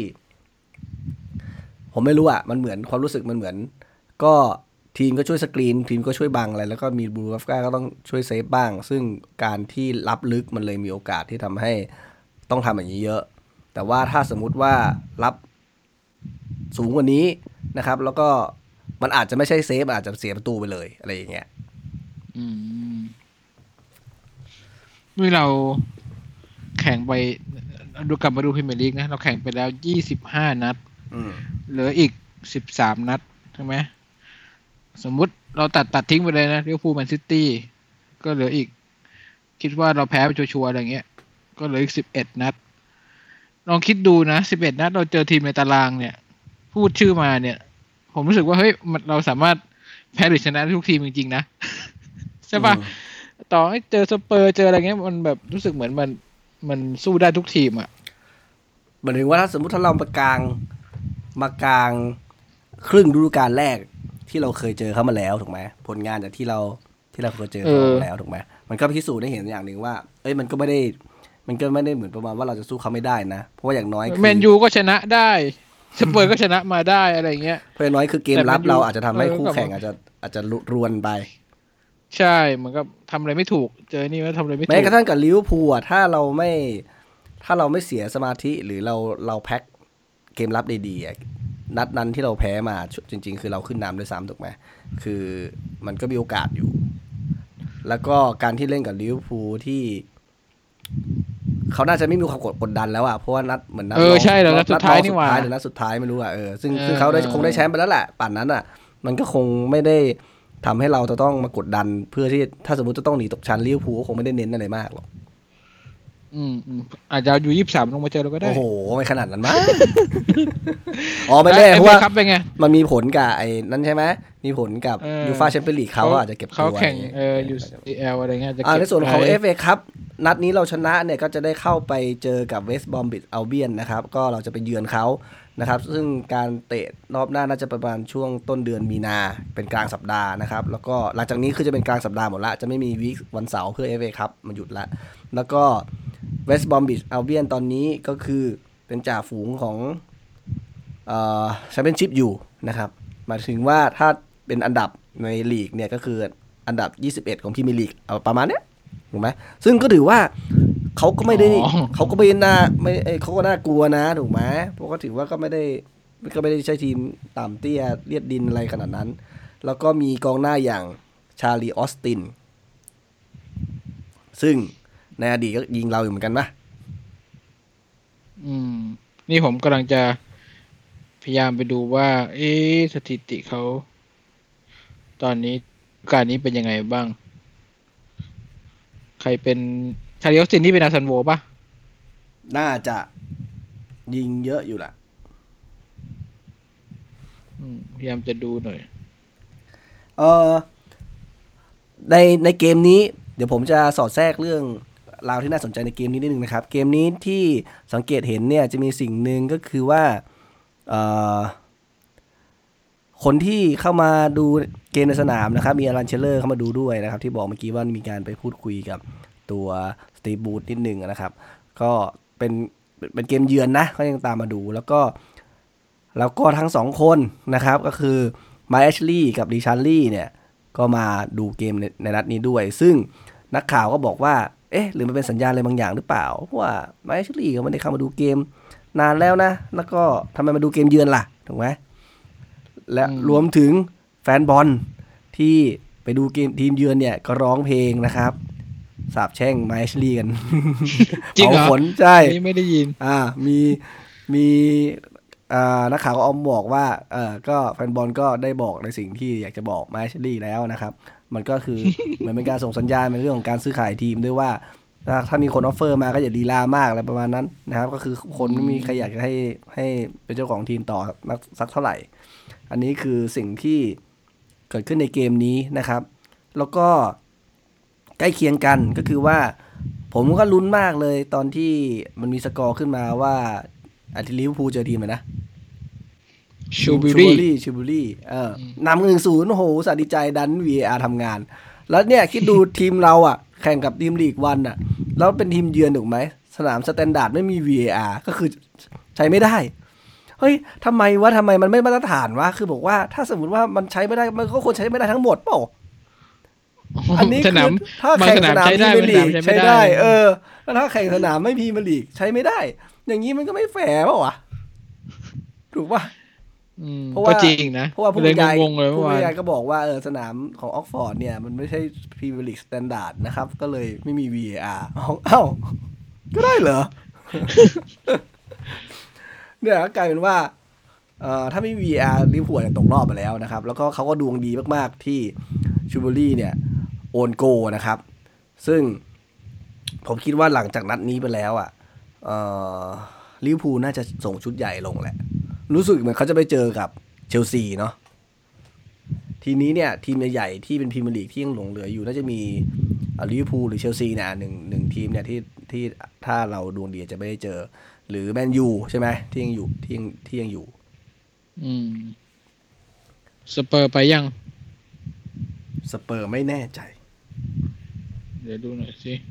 ผมไม่รู้อ่ะมันเหมือนความรู้สึกมันเหมือนก็ทีมก็ช่วยสกรีนทีมก็ช่วยบังอะไรแล้วก็มีบูรัฟก้าก็ต้องช่วยเซฟบ้างซึ่งการที่รับลึกมันเลยมีโอกาสที่ทำให้ต้องทำอย่างนี้เยอะแต่ว่าถ้าสมมุติว่ารับสูงกว่านี้นะครับแล้วก็มันอาจจะไม่ใช่เซฟอาจจะเสียประตูไปเลยอะไรอย่างเงี้ยอืมเมื่อเราแข่งไปดูกลับมาดูพรีเมียร์ลีกนะเราแข่งไปแล้วยี่สิบห้านัดเหลืออีกสิบสามนัดใช่ไหมสมมุติเราตัดตัดทิ้งไปเลยนะลิเวอร์พูลแมนซิตี้ก็เหลืออีกคิดว่าเราแพ้ไปชัวร์ๆอะไรเงี้ยก็เหลืออีกสิบเอ็ดนัดลองคิดดูนะสิบเอ็ดนัดเราเจอทีมในตารางเนี่ยพูดชื่อมาเนี่ยผมรู้สึกว่าเฮ้ยเราสามารถแพ้หรือชนะทุกทีมจริงๆนะใช่ป่ะต่อให้เจอสเปอร์เจออะไรเงี้ยมันแบบรู้สึกเหมือนมันมันสู้ได้ทุกทีมอ่ะหมายถึงว่าถ้าสมมติถ้าเรามากลางมากลางครึ่งฤดูกาลแรกที่เราเคยเจอเขามาแล้วถูกไหมผลงานจากที่เราที่เราเคยเจอเขามาแล้วถูกไหมมันก็พิสูจน์ได้เห็นอย่างหนึ่งว่าเอ้ยมันก็ไม่ได้มันก็ไม่ได้เหมือนประมาณว่าเราจะสู้เขาไม่ได้นะเพราะว่าอย่างน้อยแมนยูก็ชนะได้สเปอร์ก็ชนะมาได้อะไรเงี้ยเพราะอย่างน้อยคือเกมรับเราอาจจะทำให้คู่แข่งอาจจะอาจจะรวนไปใช่เหมือนกับทำอะไรไม่ถูกเจอนี่ว่าทำอะไรไม่ถูกแม้กระทั่งกับลิเวอร์พูลถ้าเราไม่ถ้าเราไม่เสียสมาธิหรือเราเราแพ็คเกมรับดีๆนัดนั้นที่เราแพ้มาจริงๆคือเราขึ้นนำด้วยซ้ำถูกไหมคือมันก็มีโอกาสอยู่แล้วก็การที่เล่นกับลิเวอร์พูลที่เขาน่าจะไม่มีความกดดันแล้วอ่ะเพราะว่านัดเหมือนนัดเออใช่แล้วนัดสุดท้ายนี่หว่าหรือนัดสุดท้ายไม่รู้อ่ะเออซึ่งซึ่งเขาได้คงได้แชมป์ไปแล้วแหละป่านนั้นอ่ะมันก็คงไม่ได้ทำให้เราจะต้องมากดดันเพื่อที่ถ้าสมมติจะต้องหนีตกชั้นลิเวอร์พูลก็คงไม่ได้เน้นอะไรมากหรอกอืมอาจจะอยู่ยี่สิบสามลงมาเจอเราก็ได้โอ้โหไม่ขนาดนั้นมั้งอ๋อไม่แน่เพราะว่ามันมีผลกับไอ้นั้นใช่ไหมมีผลกับยูฟ่าแชมเปี้ยนลีกเขาอาจจะเก็บตัวเขาแข่งเอ่อ ยู ซี แอล อะไรเงี้ยจะเก็บในส่วนของ เอฟ เอ ครับนัดนี้เราชนะเนี่ยก็จะได้เข้าไปเจอกับเวสต์บรอมบิชอัลเบียนนะครับก็เราจะไปเยือนเขานะครับซึ่งการเตะรอบหน้าน่าจะประมาณช่วงต้นเดือนมีนาเป็นกลางสัปดาห์นะครับแล้วก็หลังจากนี้คือจะเป็นกลางสัปดาห์หมดละจะไม่มีวีควันเสาร์เพื่อ เอฟ เอ ครับมันหยุดละแล้วก็เวสต์บรอมบิชอัลเบียนตอนนี้ก็คือเป็นจ่าฝูงของเอ่อแชมเปี้ยนชิพอยู่นะครับหมายถึงว่าถ้าเป็นอันดับในลีกเนี่ยก็คืออันดับยี่สิบเอ็ดของพรีเมียร์ลีกเอาประมาณเนี้ยถูกไหมซึ่งก็ถือว่าเขาก็ไม่ได้เขาก็ไม่น่าไม่เขาก็น่ากลัวนะถูกไหมเพราะก็ถือว่าก็ไม่ได้ก็ไม่ได้ใช่ทีมต่ำเตี้ยเลียดดินอะไรขนาดนั้นแล้วก็มีกองหน้าอย่างชาลีออสตินซึ่งในอดีตก็ยิงเราอยู่เหมือนกันปะอืมนี่ผมกำลังจะพยายามไปดูว่าเอ๊ะสถิติเขาตอนนี้การนี้เป็นยังไงบ้างใครเป็นชาลีออสตินที่เป็นอาซันโวป่ะน่าจะยิงเยอะอยู่แหละพยายามจะดูหน่อยเออในในเกมนี้เดี๋ยวผมจะสอดแทรกเรื่องราวที่น่าสนใจในเกมนี้นิดนึงนะครับเกมนี้ที่สังเกตเห็นเนี่ยจะมีสิ่งหนึ่งก็คือว่าเอ่อคนที่เข้ามาดูเกมในสนามนะครับมีอารันเชลเลอร์เข้ามาดูด้วยนะครับที่บอกเมื่อกี้ว่ามีการไปพูดคุยกับตัวสตีฟบูธนิดนึงนะครับก็เป็นเป็นเกมเยือนนะก็ยังตามมาดูแล้วก็แล้วก็ทั้งสองคนนะครับก็คือมาแอชลีย์กับดิชาร์ลี่เนี่ยก็มาดูเกมในในนัดนี้ด้วยซึ่งนักข่าวก็บอกว่าเอ๊ะหรือมันเป็นสัญญาณอะไรบางอย่างหรือเปล่าเพราะว่ามาแอชลีย์ก็ไม่ได้เข้ามาดูเกมนานแล้วนะแล้วก็ทำไมมาดูเกมเยือนล่ะถูกไหมและรวมถึงแฟนบอลที่ไปดูเกมทีมเยือนเนี่ยก็ร้องเพลงนะครับสาบแช่งมาแอชลีย์กันจริงเหรอผลใช่ไม่ได้ยินอ่ามีมีอ่านักข่าวก็ออมบอกว่าเออก็แฟนบอลก็ได้บอกในสิ่งที่อยากจะบอกมาแอชลีย์แล้วนะครับมันก็คือ เหมือนเป็นการส่งสัญญาณในเรื่องของการซื้อขายทีมด้วยว่าถ้ามีคนออฟเฟอร์มาก็อย่าลีลามากอะไรประมาณนั้นนะครับก็คือคนไม่มีใครอยากจะให้ให้เป็นเจ้าของทีมต่อสักเท่าไหร่อันนี้คือสิ่งที่เกิดขึ้นในเกมนี้นะครับแล้วก็ใกล้เคียงกันก็คือว่าผมก็ลุ้นมากเลยตอนที่มันมีสกอร์ขึ้นมาว่าอาร์ติลิเวอร์พูลเจอทีมอะไรนะชูบิลี่ชูบิลี่เออนำหนึ่งศูนย์โอ้โหสาดีใจดัน วี เอ อาร์ ทำงานแล้วเนี่ยคิดดูทีมเราอ่ะแข่งกับทีมลีกวันอ่ะแล้วเป็นทีมเยือนถูกไหมสนามสแตนดาร์ดไม่มี วี เอ อาร์ ก็คือใช้ไม่ได้เฮ้ยทำไมวะทำไมมันไม่มาตรฐานวะคือบอกว่าถ้าสมมติว่ามันใช้ไม่ได้มันก็ควรใช้ไม่ได้ทั้งหมดเปล่าอันนี้คือถ้าแข่งสนามพรีเมียร์ลีกใช้ได้เออแล้วถ้าแข่งสนามไม่พรีเมียร์ลีกใช้ไม่ได้อย่างนี้มันก็ไม่แฟร์เปล่าวะถูกป่ะเพราะว่าจริงนะเพราะว่าผู้บรรยายผู้บรรยายก็บอกว่าเออสนามของออกฟอร์ดเนี่ยมันไม่ใช่พรีเมียร์ลีกสแตนดาร์ดนะครับก็เลยไม่มี วี เอ อาร์ เอ้าก็ได้เหรอ เนี่ยกลายเป็นว่าเอ่อถ้าไม่มี วี อาร์ ลิเวอร์พูลเนี่ยตกรอบไปแล้วนะครับแล้วก็เขาก็ดวงดีมากๆที่ชูเบอรี่เนี่ยโอนโกนะครับซึ่งผมคิดว่าหลังจากนัดนี้ไปแล้วอ่ะเอ่อลิเวอร์พูลน่าจะส่งชุดใหญ่ลงแหละรู้สึกเหมือนเขาจะไปเจอกับเชลซีเนาะทีนี้เนี่ยทีมใหญ่ๆที่เป็นพรีเมียร์ลีกที่ยังหลงเหลืออยู่น่าจะมีลิเวอร์พูลหรือเชลซีเนี่ยหนึ่งหนึ่งทีมเนี่ยที่ที่ถ้าเราดวงดีจะไม่ได้เจอหรือแมนยูใช่ไหมที่ยังอยู่ที่ยังที่ยังอยู่อืมสเปอร์ไปยังสเปอร์ไม่แน่ใจเดี๋ยวดูหน่อยสิ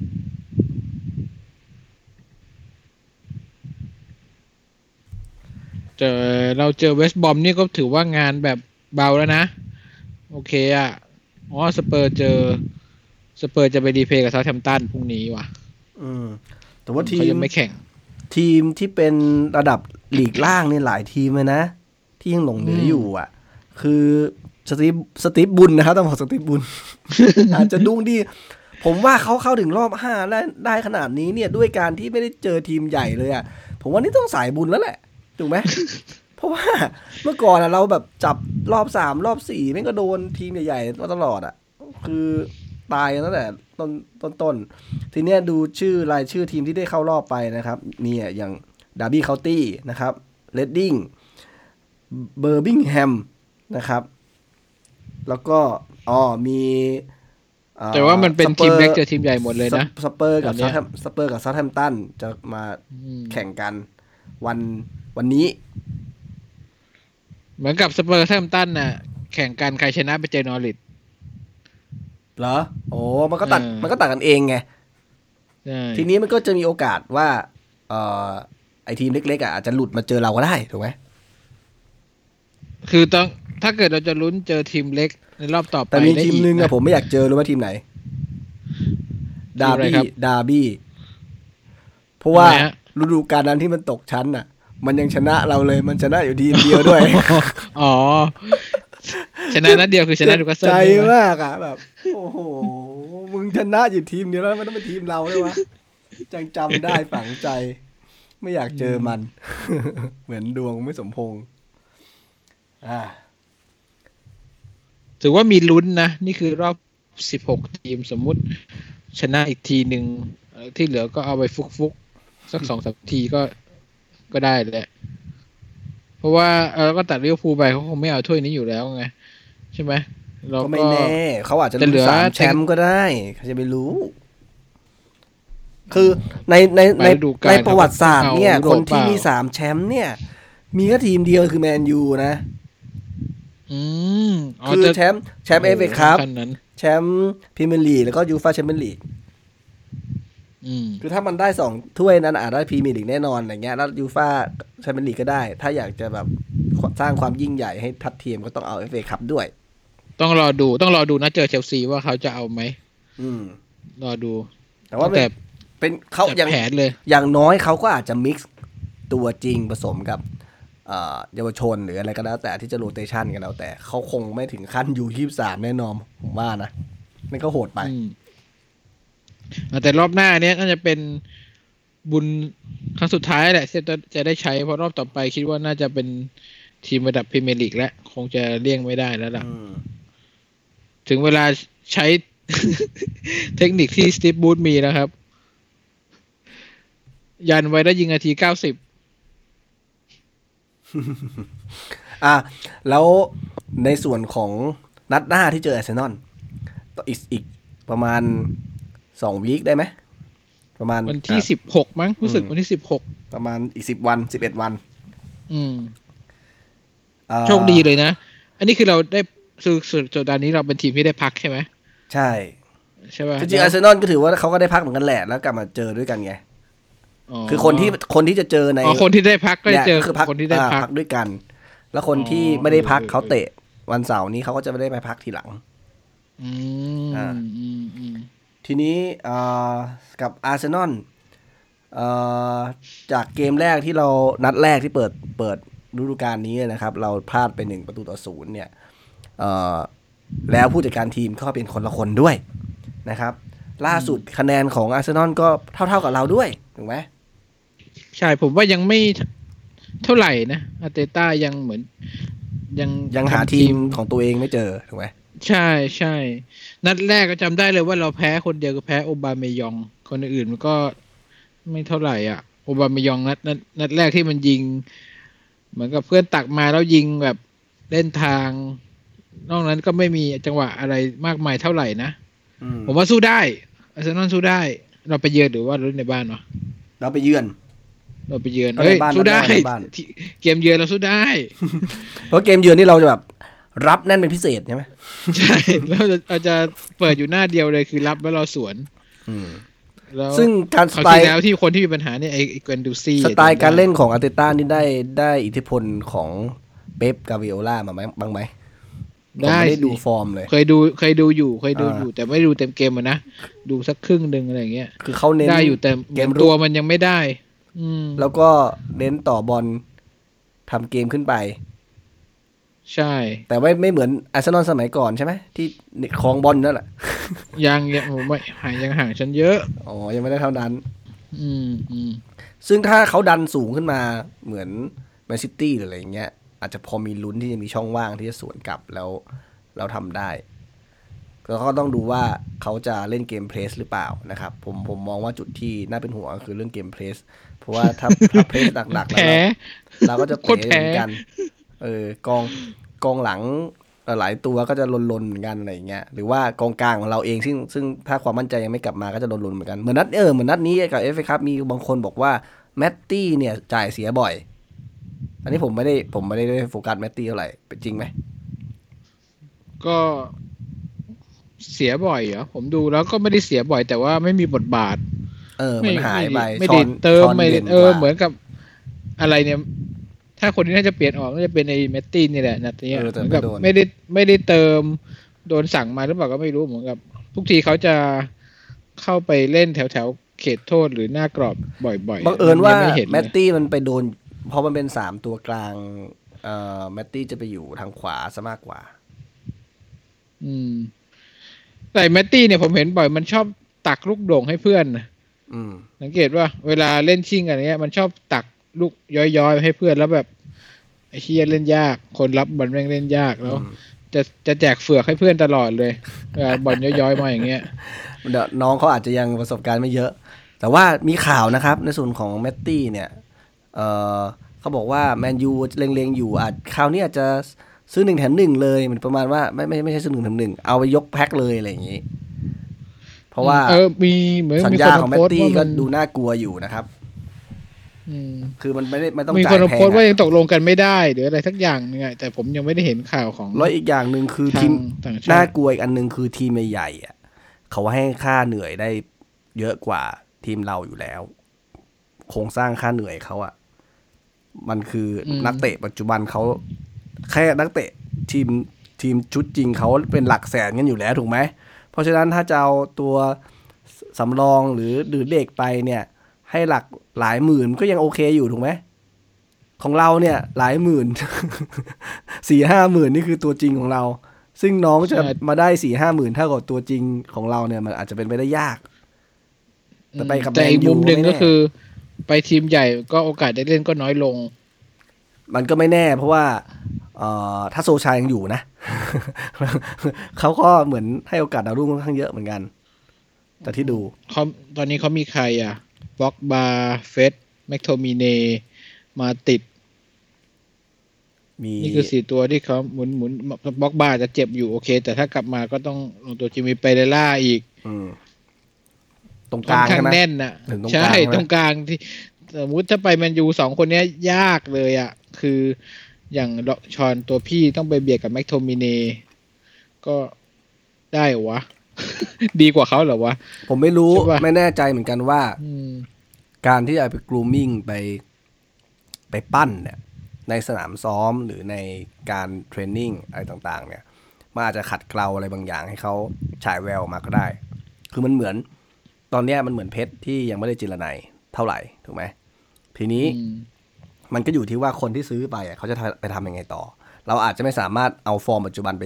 เจอเราเจอเวสต์บอมนี่ก็ถือว่างานแบบเบาแล้วนะโอเคอ่ะอ๋อสเปอร์เจอสเปอร์จะไปดีเพย์กับเซาท์แฮมป์ตันพรุ่งนี้ว่ะอืมแต่ว่าทีมเขายังไม่แข่งทีมที่เป็นระดับลีกล่างนี่หลายทีมเลยนะที่ยังหลงเหลืออยู่อ่ะคือสตีฟสตีฟบุญนะครับต้องบอกสตีฟบุญ อาจจะดุ้งดีผมว่าเขาเข้าถึงรอบห้าได้ได้ขนาดนี้เนี่ยด้วยการที่ไม่ได้เจอทีมใหญ่เลยอ่ะผมว่านี่ต้องสายบุญแล้วแหละถูกไหม เพราะว่าเมื่อก่อนเราแบบจับรอบสามรอบสี่แม่งก็โดนทีมใหญ่ๆมาตลอดอ่ะคือตายตั้งแต่ต้นต้นต้นทีเนี้ยดูชื่อรายชื่อทีมที่ได้เข้ารอบไปนะครับมีอย่างดาร์บี้เคานตี้นะครับเรดดิ้งเบอร์บิงแฮมนะครับแล้วก็อ๋อมีแต่ว่ามันเป็นทีมเล็กเจอทีมใหญ่หมดเลยนะสเปอร์กับซาท์สเปอร์กับซาท์แฮมป์ตันจะมาแข่งกันวันวันนี้เหมือนกับสเปอร์เซาท์แฮมป์ตันน่ะแข่งกันใครชนะไปเจอนอริทเหรอโอ้มันก็ตัดมันก็ตัดกันเองไงทีนี้มันก็จะมีโอกาสว่าเอ่อไอทีมเล็กๆอ่ะอาจจะหลุดมาเจอเราก็ได้ถูกไหมคือต้องถ้าเกิดเราจะลุ้นเจอทีมเล็กในรอบต่อไปแต่มีทีมนึงอะผมไม่อยากเจอรู้ว่าทีมไหนดาร์บี้ดาร์บี้เพราะว่าฤดูกาลนั้นที่มันตกชั้นน่ะมันยังชนะเราเลยมันชนะอยู่ทีมเดียวด้วยอ๋อชนะนัดเดียวคือชนะดูกัสเซิลใจมากอ่ะแบบโอ้โหมึงชนะอยู่ทีมเดียวแล้วมันต้องเป็นทีมเราด้วยวะจังจำได้ฝังใจไม่อยากเจอมันเหมือนดวงไม่สมพงษ์อ่าถือว่ามีลุ้นนะนี่คือรอบสิบหกทีมสมมุติชนะอีกทีหนึ่งที่เหลือก็เอาไปฟุกๆสัก สองสาม ทีก็ก็ได้แหละเพราะว่าเออก็ตัดลิเวอร์พูลไปเขาคงไม่เอาถ้วยนี้อยู่แล้วไงใช่ไหมเราก็ไม่แน่เขาอาจจะเหลือสามแชมป์ก็ได้ใครจะไปรู้คือในในในในประวัติศาสตร์เนี่ยคนที่มีสามแชมป์เนี่ยมีแค่ทีมเดียวคือแมนยูนะอืมคือแชมป์แชมป์เอฟเอคัพแชมป์พรีเมียร์ลีกแล้วก็ยูฟ่าแชมเปี้ยนลีกคือถ้ามันได้สองถ้วยนั้นอาจได้พรีเมียร์ลีกแน่นอนอะไรเงี้ยแล้วยูฟ่าแชมเปี้ยนลีกก็ได้ถ้าอยากจะแบบสร้างความยิ่งใหญ่ให้ทัดเทียมก็ต้องเอา เอฟ เอ คัพด้วยต้องรอดูต้องรอดูนะเจอเชลซีว่าเขาจะเอาไหมอืมรอดูแต่ว่าแต่เป็นเขาอย่างแผนเลยอย่างน้อยเขาก็อาจจะมิกซ์ตัวจริงผสมกับเยาวชนหรืออะไรก็แล้วแต่ที่จะโรเตชันกันแล้วแต่เขาคงไม่ถึงขั้นยูยี่สิบสามแน่นอนผมว่านะนั่นก็โหดไปแต่รอบหน้าเนี้ยน่าจะเป็นบุญครั้งสุดท้ายแหละที่จะจะได้ใช้เพราะรอบต่อไปคิดว่าน่าจะเป็นทีมระดับพรีเมียร์ลีกแล้วคงจะเลี่ยงไม่ได้แล้วล่ะถึงเวลาใช้ เทคนิคที่สตีฟบูธมีนะครับยันไว้ได้ยิงนาทีเก้าสิบอ่ะแล้วในส่วนของนัดหน้าที่เจออาร์เซนอลต่ออีกอีกประมาณสองวีคได้ไหมประมาณวันที่สิบหกมั้งรู้สึกวันที่สิบหกประมาณอีกสิบวันสิบเอ็ดวันอืมโชคดีเลยนะอันนี้คือเราได้คือสุดสัปดาห์นี้เราเป็นทีมที่ได้พักใช่ไหมใช่ใช่ป่ะจริงๆอาร์เซนอลก็ถือว่าเขาก็ได้พักเหมือนกันแหละแล้วกลับมาเจอด้วยกันไงคือคนที่คนที่จะเจอในอ๋อคนที่ได้พักก็เจอคือคนที่ได้พักด้วยกันแล้วคนที่ไม่ได้พักเขาเตะวันเสาร์นี้เขาก็จะไม่ได้ไปพักทีหลังอืมอ่าทีนี้กับอาร์เซนอลจากเกมแรกที่เรานัดแรกที่เปิดเปิดฤดูกาลนี้นะครับเราพลาดไปหนึ่งประตูต่อศูนย์เนี่ยแล้วผู้จัดการทีมก็เป็นคนละคนด้วยนะครับล่าสุดคะแนนของอาร์เซนอลก็เท่าๆกับเราด้วยถูกไหมใช่ผมว่ายังไม่เท่าไหร่นะอาร์เตต้ายังเหมือนยังยังหาทีมของตัวเองไม่เจอถูกไหมใช่ใช่นัดแรกก็จำได้เลยว่าเราแพ้คนเดียวก็แพ้โอบาเมยองคนอื่นมันก็ไม่เท่าไหร่อ่ะโอบาเมยองนัดนัดนัดแรกที่มันยิงเหมือนกับเพื่อนตักมาแล้วยิงแบบเล่นทางนอกนั้นก็ไม่มีจังหวะอะไรมากมายเท่าไหร่นะผมว่าสู้ได้อาร์เซนอลสู้ได้เราไปเยือนหรือว่าเราเล่นในบ้านวะเราไปเยือนเราไปเยือนเฮ้ยสู้ได้เกมเยือนเราสู้ได้เพราะเกมเยือนนี่เราจะแบบรับแน่นเป็นพิเศษใช่ไหมใช่เราจะเราจะเปิดอยู่หน้าเดียวเลยคือรับแล้วเราสวนแล้วซึ่งการสไตล์แล้วที่คนที่มีปัญหาเนี่ยไอ้เกวนดูซี่สไตล์การเล่นของอาร์เตต้านี่ได้ได้อิทธิพลของเป๊ปกาวิโอล่ามาไหมบ้างไหมได้ไม่ได้ดูฟอร์มเลยเคยดูเคยดูอยู่เคยดูอยู่แต่ไม่ดูเต็มเกมนะดูสักครึ่งนึงอะไรอย่างเงี้ยคือเขาเน้นได้อยู่แต่เกมตัวมันยังไม่ได้อืมแล้วก็เน้นต่อบอลทำเกมขึ้นไปใช่แต่ไม่ไม่เหมือนอาร์เซนอลสมัยก่อนใช่ไหมที่ครองบอลนั่นแหละยังยังไม่ห่างยังห่างฉันเยอะอ๋อยังไม่ได้เท่านั้นอืมอืมซึ่งถ้าเขาดันสูงขึ้นมาเหมือนแมนซิตี้หรืออะไรอย่างเงี้ยอาจจะพอมีลุ้นที่จะมีช่องว่างที่จะสวนกลับแล้วเราทำได้ก็ต้องดูว่าเขาจะเล่นเกมเพรสหรือเปล่านะครับผมผมมองว่าจุดที่น่าเป็นห่วงก็คือเรื่องเกมเพรสเพราะว่าถ้าเพรสหนักๆแล้วเราก็จะเป๋เหมือนกันเออกองกองหลังหลายตัวก็จะลนๆเหมือนกันอะไรอย่างเงี้ยหรือว่ากองกลางของเราเองซึ่งซึ่งถ้าความมั่นใจยังไม่กลับมาก็จะลนๆเหมือนกันเหมือนนัดเออเหมือนนัดนี้กับ เอฟ เอ ครับมีบางคนบอกว่าแมตตี้เนี่ยจ่ายเสียบ่อยอันนี้ผมไม่ได้ผมไม่ได้โฟกัสแมตตี้เท่าไหร่เป็นจริงไหมก็เสียบ่อยเหรอผมดูแล้วก็ไม่ได้เสียบ่อยแต่ว่าไม่มีบทบาทเออมันหายไปไม่ได้เติมไม่เออเหมือนกับอะไรเนี่ยถ้าคนที่น่าจะเปลี่ยนออกน่าจะเป็นไอ้แมตตี้นี่แหละนัดนี้เหมือนกับไม่ได้ไม่ได้เติมโดนสั่งมาหรือเปล่าก็ไม่รู้เหมือนกับทุกทีเขาจะเข้าไปเล่นแถวแถวเขตโทษหรือหน้ากรอบบ่อยๆบังเอิญว่าแมตตี้มันไปโดนเพราะมันเป็นสามตัวกลางเอ่อแมตตี้จะไปอยู่ทางขวาซะมากกว่าอืมแต่แมตตี้เนี่ยผมเห็นบ่อยมันชอบตักลูกโด่งให้เพื่อนสังเกตว่าเวลาเล่นชิงอะไรเงี้ยมันชอบตักลูกย้อยๆให้เพื่อนแล้วแบบไอ้เฮียเล่นยากคนรับบอลแม่งเล่นยากแล้วจะจะแจกเฟือกให้เพื่อนตลอดเลยบอลย้อยๆมาอย่างเงี้ยเดี๋ยวน้องเขาอาจจะยังประสบการณ์ไม่เยอะแต่ว่ามีข่าวนะครับในส่วนของแมตตี้เนี่ยเอ่อเขาบอกว่าแมนยูเล็งๆอยู่อาจคราวนี้อาจจะซื้อหนึ่งแถมหนึ่งเลยเหมือนประมาณว่าไม่ไม่ไม่ใช่ซื้อหนึ่งแถมหนึ่งเอาไปยกแพ็คเลยอะไรอย่างนี้เพราะว่าเออมีเหมือนสัญญาของแมตตี้ก็ดูน่ากลัวอยู่นะครับคือมันไม่ได้ไม่ต้องจ่ายแพงมีคนโพสต์ว่ายังตกลงกันไม่ได้หรืออะไรสักอย่างนึงไงแต่ผมยังไม่ได้เห็นข่าวของแล้วอีกอย่างหนึ่งคือทีมน่ากลัวอีกอันนึงคือทีมใหญ่ๆอ่ะเขาให้ค่าเหนื่อยได้เยอะกว่าทีมเราอยู่แล้วโครงสร้างค่าเหนื่อยเขาอ่ะมันคือนักเตะปัจจุบันเขาแค่นักเตะทีมทีมชุดจริงเขาเป็นหลักแสนกันอยู่แล้วถูกไหมเพราะฉะนั้นถ้าจะเอาตัวสำรองหรือหรือเด็กไปเนี่ยให้หลักหลายหมื่นก็ยังโอเคอยู่ถูกไหมของเราเนี่ยหลายหมื่น สี่ห้าหมื่นนี่คือตัวจริงของเราซึ่งน้องจะมาได้สี่ห้าหมื่นเท่ากับตัวจริงของเราเนี่ยมันอาจจะเป็นไปได้ยากแต่ไปกับแมนยูมุมหนึ่งก็คือไปทีมใหญ่ก็โอกาสได้เล่นก็น้อยลงมันก็ไม่แน่เพราะว่าถ้าโซชายังอยู่นะ เขาก็เหมือนให้โอกาสดาวรุ่งค่อนข้างเยอะเหมือนกันแต่ที่ดูเขาตอนนี้เขามีใครอ่ะบ็อกบาเฟสแมคโทมิเนมาติดนี่คือสี่ตัวที่เขาหมุนหมุนบ็อกบาจะเจ็บอยู่โอเคแต่ถ้ากลับมาก็ต้องลงตัวจิมิเปเรล่าอีกตรงกลางใช่ไหมแน่นน่ะใช่ตรงกลางที่สมมุติถ้าไปแมนยูสองคนนี้ยากเลยอ่ะคืออย่างชอนตัวพี่ต้องไปเบียดกับแมคโทมิเนก็ได้เหรอวะ ดีกว่าเขาเหรอวะผมไม่รู้ไม่แน่ใจเหมือนกันว่าการที่จะไปกรูมมิ่งไปไปปั้นเนี่ยในสนามซ้อมหรือในการเทรนนิ่งอะไรต่างๆเนี่ยมันอาจจะขัดเกลาอะไรบางอย่างให้เขาฉายแววออกมาก็ได้คือมันเหมือนตอนนี้มันเหมือนเพชรที่ยังไม่ได้จิรนัยเท่าไหร่ถูกไหมทีนี้มันก็อยู่ที่ว่าคนที่ซื้อไปเขาจะไปทำยังไงต่อเราอาจจะไม่สามารถเอาฟอร์มปัจจุบันไป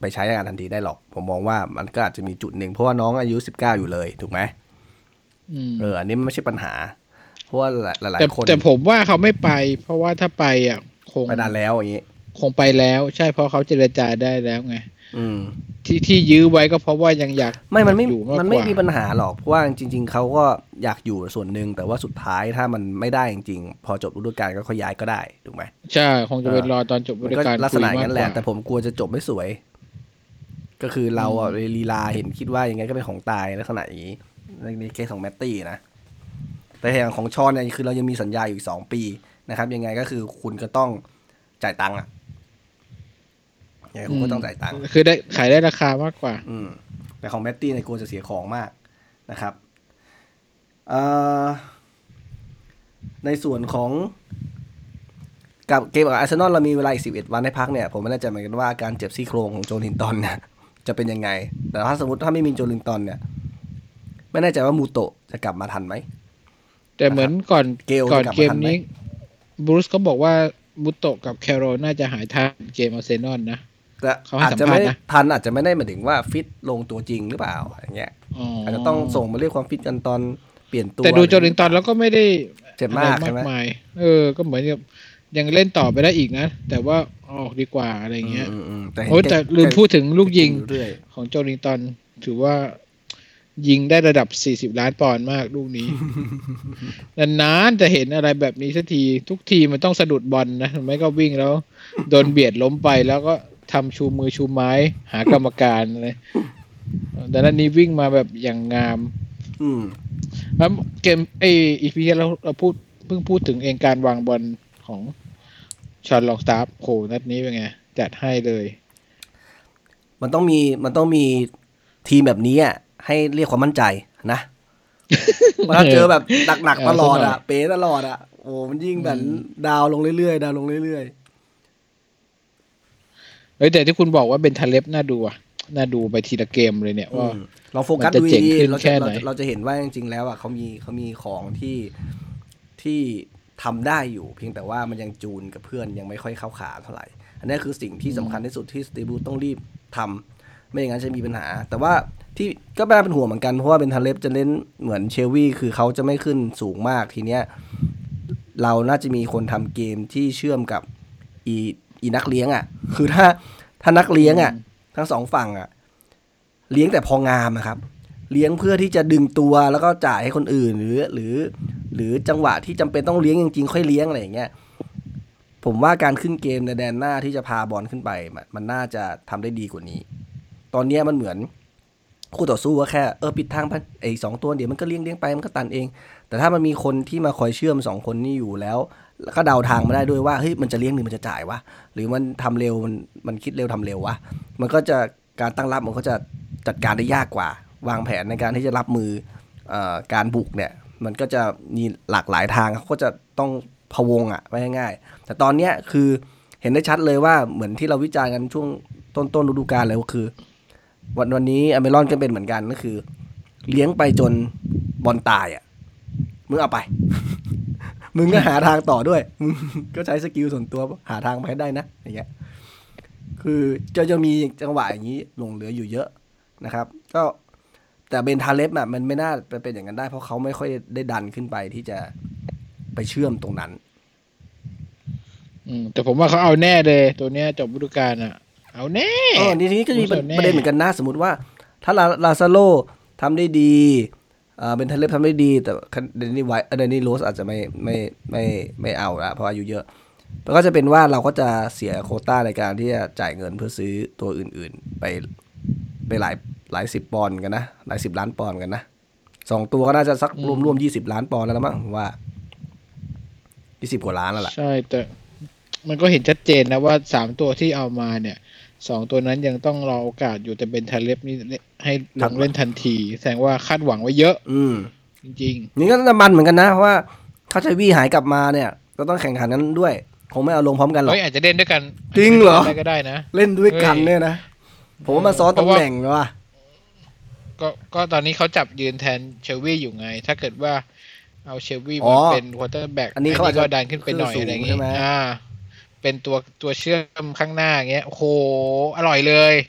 ไปใช้งานทันทีได้หรอกผมมองว่ามันก็อาจจะมีจุดหนึ่งเพราะว่าน้องอายุสิบเก้าอยู่เลยถูกไหมเอออันนี้มันไม่ใช่ปัญหาเพราะว่าหลายๆคนแต่ผมว่าเขาไม่ไปเพราะว่าถ้าไปอ่ะคงไปนานแล้วอย่างนี้คงไปแล้วใช่เพราะเขาเจรจาได้แล้วไงอืมที่ที่ยื้อไว้ก็เพราะว่ายังอยากไม่มันไม่มันไม่มีปัญหาหรอกเพราะว่าจริงๆเขาก็อยากอยู่ส่วนหนึ่งแต่ว่าสุดท้ายถ้ามันไม่ได้จริงๆพอจบฤดูกาลก็ค่อยย้ายก็ได้ถูกไหมใช่คงจะเป็นรอตอนจบฤดูกาลลักษณะนั้นแหละแต่ผมกลัวจะจบไม่สวยก็คือเราอ่ะลีลาเห็นคิดว่ายังไงก็เป็นของตายลักษณะอย่างนี้ในเคสของแมตตี้นะแต่อย่างของชอนเนี่ยคือเรายังมีสัญญาอยู่อีกสองปีนะครับยังไงก็คือคุณก็ต้องจ่ายตังค์อ่ะยังไงคุณก็ต้องจ่ายตังค์คือได้ขายได้ราคามากกว่าอืมแต่ของแมตตี้ในกลัวจะเสียของมากนะครับเอ่อในส่วนของกับเกมกับอาร์เซนอลเรามีเวลาอีกสิบเอ็ดวันให้พักเนี่ยผมไม่แน่ใจเหมือนกันว่าการเจ็บซี่โครงของโจลินตันเนี่ยจะเป็นยังไงแต่ถ้าสมมติถ้าไม่มีโจลินตันเนี่ยไม่แน่ใจว่ามูโตะจะกลับมาทันไหมแต่เหมือนก่อนก่อนเกมนี้บรูซเขาบอกว่ามูโตะกับแคโรน่าจะหายทันเกมอาร์เซนอลนะแต่อาจจะไม่ทันอาจจะไม่ได้หมายถึงว่าฟิตลงตัวจริงหรือเปล่าอย่างเงี้ยอาจจะต้องส่งมาเรียกความฟิตกันตอนเปลี่ยนตัวแต่ดูโจลินตันแล้วก็ไม่ได้เจ็บมากใช่ไหมเออก็เหมือนกับยังเล่นต่อไปได้อีกนะแต่ว่าออกดีกว่าอะไรเงี้ยโอ้แต่ลืมพูดถึงลูกยิงของโจลินตันถือว่ายิงได้ระดับสี่สิบล้านปอนด์มากลูกนี้นานๆจะเห็นอะไรแบบนี้สักทีทุกทีมันต้องสะดุดบอลนะไม่ก็วิ่งแล้วโดนเบียดล้มไปแล้วก็ทำชูมือชูไม้หากรรมการเลยแต่นั้นนี้วิ่งมาแบบอย่างงามแล้วเกมไออีพีเราเราพูดเพิ่งพูดถึงเองการวางบอลของชอนลองสตาร์ฟโหนัดนี้เป็นไงจัดให้เลยมันต้องมีมันต้องมีทีมแบบนี้อ่ะให้เรียกความมั่นใจนะมาเจอแบบหนักๆตลอดอ่ะเป๊ะตลอดอ่ะโอ้มันยิ่งแบบดาวลงเรื่อยๆดาวลงเรื่อยๆเฮ้ยแต่ที่คุณบอกว่าเบนทาเล็บน่าดูอ่ะน่าดูไปทีละเกมเลยเนี่ยว่าเราโฟกัสดูดีเราจะเราจะเห็นว่าจริงๆแล้วอ่ะเขามีเขามีของที่ที่ทำได้อยู่เพียงแต่ว่ามันยังจูนกับเพื่อนยังไม่ค่อยเข้าขาเท่าไหร่อันนี้คือสิ่งที่สำคัญที่สุดที่สตีบูต้องรีบทำไม่อย่างนั้นจะมีปัญหาแต่ว่าที่ก็น่าเป็นห่วงเหมือนกันเพราะว่าเป็นทาเล็บจะเล่นเหมือนเชลวี่คือเขาจะไม่ขึ้นสูงมากทีเนี้ยเราน่าจะมีคนทำเกมที่เชื่อมกับอีอีนักเลี้ยงอ่ะคือถ้าถ้านักเลี้ยงอ่ะทั้งสองฝั่งอ่ะเลี้ยงแต่พองามนะครับเลี้ยงเพื่อที่จะดึงตัวแล้วก็จ่ายให้คนอื่นหรือหรือหรือจังหวะที่จำเป็นต้องเลี้ยงจริงๆค่อยเลี้ยงอะไรอย่างเงี้ยผมว่าการขึ้นเกมในแดนหน้าที่จะพาบอลขึ้นไปมันน่าจะทำได้ดีกว่านี้ตอนนี้มันเหมือนคู่ต่อสู้ก็แค่เออปิดทางพันไอ้สองตัวเดี๋ยวมันก็เลี้ยงเลี้ยงไปมันก็ตันเองแต่ถ้ามันมีคนที่มาคอยเชื่อมสองคนนี้อยู่แล้วแล้วก็เดาทางมาได้ด้วยว่าเฮ้ยมันจะเลี้ยงหรือมันจะจ่ายวะหรือมันทำเร็วมันมันคิดเร็วทำเร็ววะมันก็จะการตั้งรับมันก็จะจัดการได้ยากกว่าวางแผนในการที่จะรับมือเอ่อการบุกเนี่ยมันก็จะมีหลากหลายทางเขาก็จะต้องพะวงอ่ะไม่ง่ายๆแต่ตอนเนี้ยคือเห็นได้ชัดเลยว่าเหมือนที่เราวิจารณ์กันช่วงต้นๆฤดูกาลเลยก็คือวันวันนี้อเมรอนก็เป็นเหมือนกันก็คือเลี้ยงไปจนบอลตายอ่ะมึงเอาไป มึงก็หาทางต่อด้วยมึงก็ใช้สกิลส่วนตัวหาทางไปให้ได้นะอย่างเงี้ยคือจะจะมีจังหวะอย่างนี้หลงเหลืออยู่เยอะนะครับก็แต่เบนทาเล็บอ่ะมันไม่น่าเป็นอย่างนั้นได้เพราะเขาไม่ค่อยได้ดันขึ้นไปที่จะไปเชื่อมตรงนั้นอืมแต่ผมว่าเขาเอาแน่เลยตัวเนี้ยจบฤดูกาลอ่ะเอาแน่เออทีนี้ก็มีประเด็นเหมือนกันนะสมมติว่าถ้าลาซาโลทำได้ดีอ่าเบนทาเล็บทำได้ดีแต่เดนนี่ไวท์เดนนี่โรสอาจจะไม่ไม่ไม่ไม่เอาละเพราะอายุเยอะแล้วก็จะเป็นว่าเราก็จะเสียโควต้าในการที่จะจ่ายเงินเพื่อซื้อตัวอื่นๆไปไปหลายหลายสิบปอนด์กันนะหลายสิบล้านปอนด์กันนะสองตัวก็น่าจะสักรวมๆยี่สิบล้านปอนด์แล้วมั้งว่ายี่สิบกว่าล้านแล้วล่ะใช่แต่มันก็เห็นชัดเจนนะว่าสามตัวที่เอามาเนี่ยสองตัวนั้นยังต้องรอโอกาสอยู่แต่เป็นทาเล็บนี่ให้ลงเล่นทันทีแสดงว่าคาดหวังไว้เยอะอืมจริงๆนี่ก็น้ำมันเหมือนกันนะเพราะว่าถ้าเชวี่หายกลับมาเนี่ยก็ต้องแข่งขันนั้นด้วยคงไม่เอาลงพร้อมกันหรอกเฮ้ยอาจจะเล่นด้วยกันจริงเหรอก็ได้นะเล่นด้วยกันเนี่ยนะผมว่ามาซ้อนตำแหน่งเลยว่ะก็ก็ตอนนี้เขาจับยืนแทนเชลวี่อยู่ไงถ้าเกิดว่าเอาเชลวี่มาเป็นควอเตอร์แบ็กอันนี้เขาก็ดันขึ้นไปหน่อยอะไรอย่างเงี้ยอ่าเป็นตัวตัวเชื่อมข้างหน้าอย่างเงี้ยโอ้โหอร่อยเลย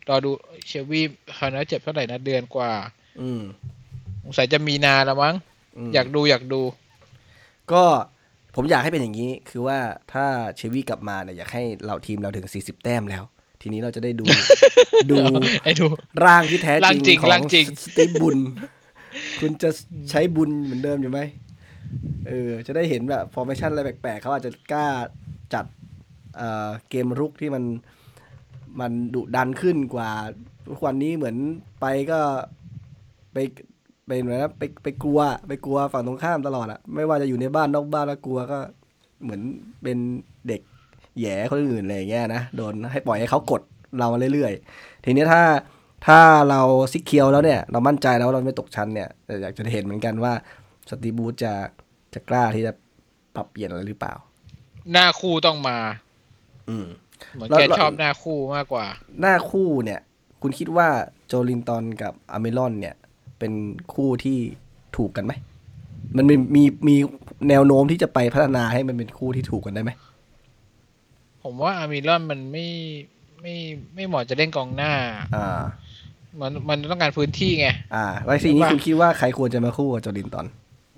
รอดูเชลวีคราวนี้เจ็บเท่าไหร่นะเดือนกว่าอืมสงสัยจะมีนาแล้วมั้งอยากดูอยากดูก็ผมอยากให้เป็นอย่างนี้คือว่าถ้าเชลวีกลับมาเนี่ยอยากให้เราทีมเราถึงสี่สิบแต้มแล้วทีนี้เราจะได้ดู ดูไอ้ดูร่างที่แท้จริงของสตีฟบุญคุณจะใช้บุญเหมือนเดิมอยู่ไหมเออจะได้เห็นแบบฟอร์เมชั่นอะไรแปลกๆเขาอาจจะกล้าจัดเอ่อเกมรุกที่มันมันดุดันขึ้นกว่าทุกวันนี้เหมือนไปก็ไปไปเหมือนไปไปกลัวไปกลัวฝั่งตรงข้ามตลอดอะไม่ว่าจะอยู่ในบ้านนอกบ้านแล้วกลัวก็เหมือนเป็นเด็กแย่คนอื่นอะไรอย่างเงี้ยนะโดนให้ปล่อยให้เขากดเรามาเรื่อยๆทีนี้ถ้าถ้าเราซิกเคียวแล้วเนี่ยเรามั่นใจแล้วเราไม่ตกชั้นเนี่ยแต่อยากจะเห็นเหมือนกันว่าสตีบูธจะจะกล้าที่จะปรับเปลี่ยนอะไรหรือเปล่าหน้าคู่ต้องมาอืมเหมือนแกชอบหน้าคู่มากกว่าหน้าคู่เนี่ยคุณคิดว่าโจลินตันกับอเมรอนเนี่ยเป็นคู่ที่ถูกกันไหมมันมีมีมีแนวโน้มที่จะไปพัฒนาให้มันเป็นคู่ที่ถูกกันได้ไหมผมว่าอามิรอนมันไม่ไม่ไม่เหมาะจะเล่นกองหน้าอ่ามันมันต้องการพื้นที่ไงอ่าแล้วทีนี้คุณคิดว่าใครควรจะมาคู่กับโจลินตัน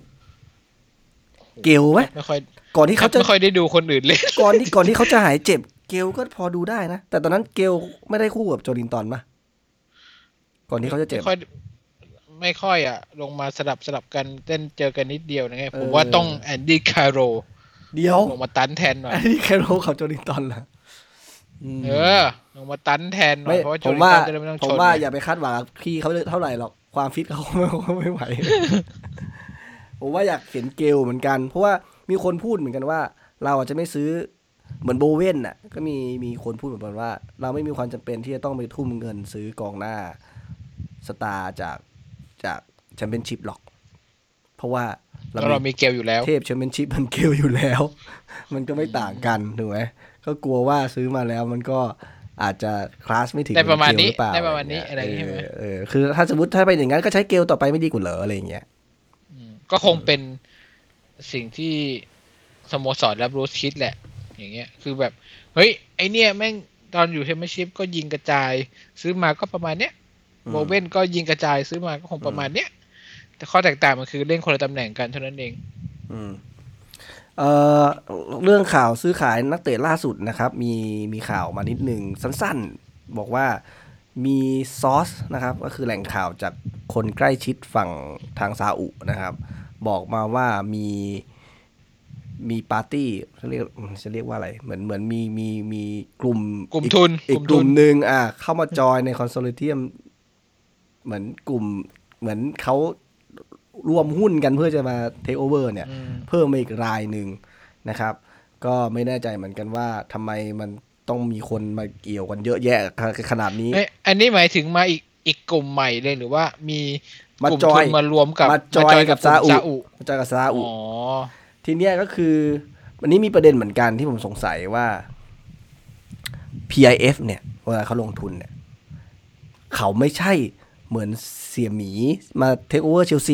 เกลไหมไม่ค่อยก่อนที่เขาจะไม่ค่อยได้ดูคนอื่นเลยก่อนที่ก่อนที่เขาจะหายเจ็บเกลก็พอดูได้นะแต่ตอนนั้นเกลไม่ได้คู่กับโจลินตันป่ะก่อนที่เขาจะเจ็บไม่ค่อยอ่ะลงมาสลับสลับกันเต้นเจอกันนิดเดียวนะไงผมว่าต้องแอนดี้คาร์โรเดียวลงมาตันแทนหน่อยแอนดี้คาร์โรกับโจลินตันล่ะเออลงมาตันแทนหน่อยเพราะว่าโจลินตันจะไม่ต้องชนผมว่าอย่าไปคาดหวังพี่เขาเท่าไหร่หรอกความฟิตเขาไม่ไม่ไหวผมว่าอยากเห็นเกลเหมือนกันเพราะว่ามีคนพูดเหมือนกันว่าเราอาจจะไม่ซื้อเหมือนโบเว่นน่ะก็มีมีคนพูดเหมือนกันว่าเราไม่มีความจำเป็นที่จะต้องไปทุ่มเงินซื้อกองหน้าสตาร์จากจากแชมเปี้ยนชิพหรอกเพราะว่าเรามีเกลอยู่แล้วเทพแชมเปี้ยนชิพมันเกลอยู่แล้วมันก็ไม่ต่างกันถูกไหมก็กลัวว่าซื้อมาแล้วมันก็อาจจะคลาสไม่ถึงได้ประมาณนี้ได้ประมาณนี้อะไรอย่างเงี้ยเออคือถ้าสมมติถ้าเป็นอย่างนั้นก็ใช้เกลต่อไปไม่ดีกว่าเหรออะไรอย่างเงี้ยก็คงเป็นสิ่งที่สโมสรรับรู้คิดแหละอย่างเงี้ยคือแบบเฮ้ยไอเนี้ยแม่งตอนอยู่แชมเปี้ยนชิพก็ยิงกระจายซื้อมาก็ประมาณเนี้ยโบเว่นก็ยิงกระจายซื้อมาก็คงประมาณเนี้ยแต่ข้อแตกต่างมันคือเล่นคนละตำแหน่งกันเท่านั้นเองอืมเอ่อเรื่องข่าวซื้อขายนักเตะล่าสุดนะครับมีมีข่าวมานิดนึงสั้นๆบอกว่ามีซอสนะครับก็คือแหล่งข่าวจากคนใกล้ชิดฝั่งทางซาอุนะครับบอกมาว่ามีมีปาร์ตี้จะเรียกจะเรียกว่าอะไรเหมือนเหมือนมีมีมีกลุ่มกลุ่มทุนอีกกลุ่มนึงอ่ะเข้ามาจอยในคอนโซลเทียมเหมือนกลุ่มเหมือนเขารวมหุ้นกันเพื่อจะมาเทคโอเวอร์เนี่ยเพิ่มมาอีกรายหนึ่งนะครับก็ไม่แน่ใจเหมือนกันว่าทำไมมันต้องมีคนมาเกี่ยวกันเยอะแยะขนาดนี้อันนี้หมายถึงมาอีกอีกกลุ่มใหม่เลยหรือว่ามีกลุ่มทุนมารวมกับมาจอยกับซาอุมาจอยกับซาอุทีเนี้ยก็คือวันนี้มีประเด็นเหมือนกันที่ผมสงสัยว่า พี ไอ เอฟ เนี่ยเวลาเขาลงทุนเนี่ยเขาไม่ใช่เหมือนเสี่ยหมีมาเทคโอเวอร์เชลซี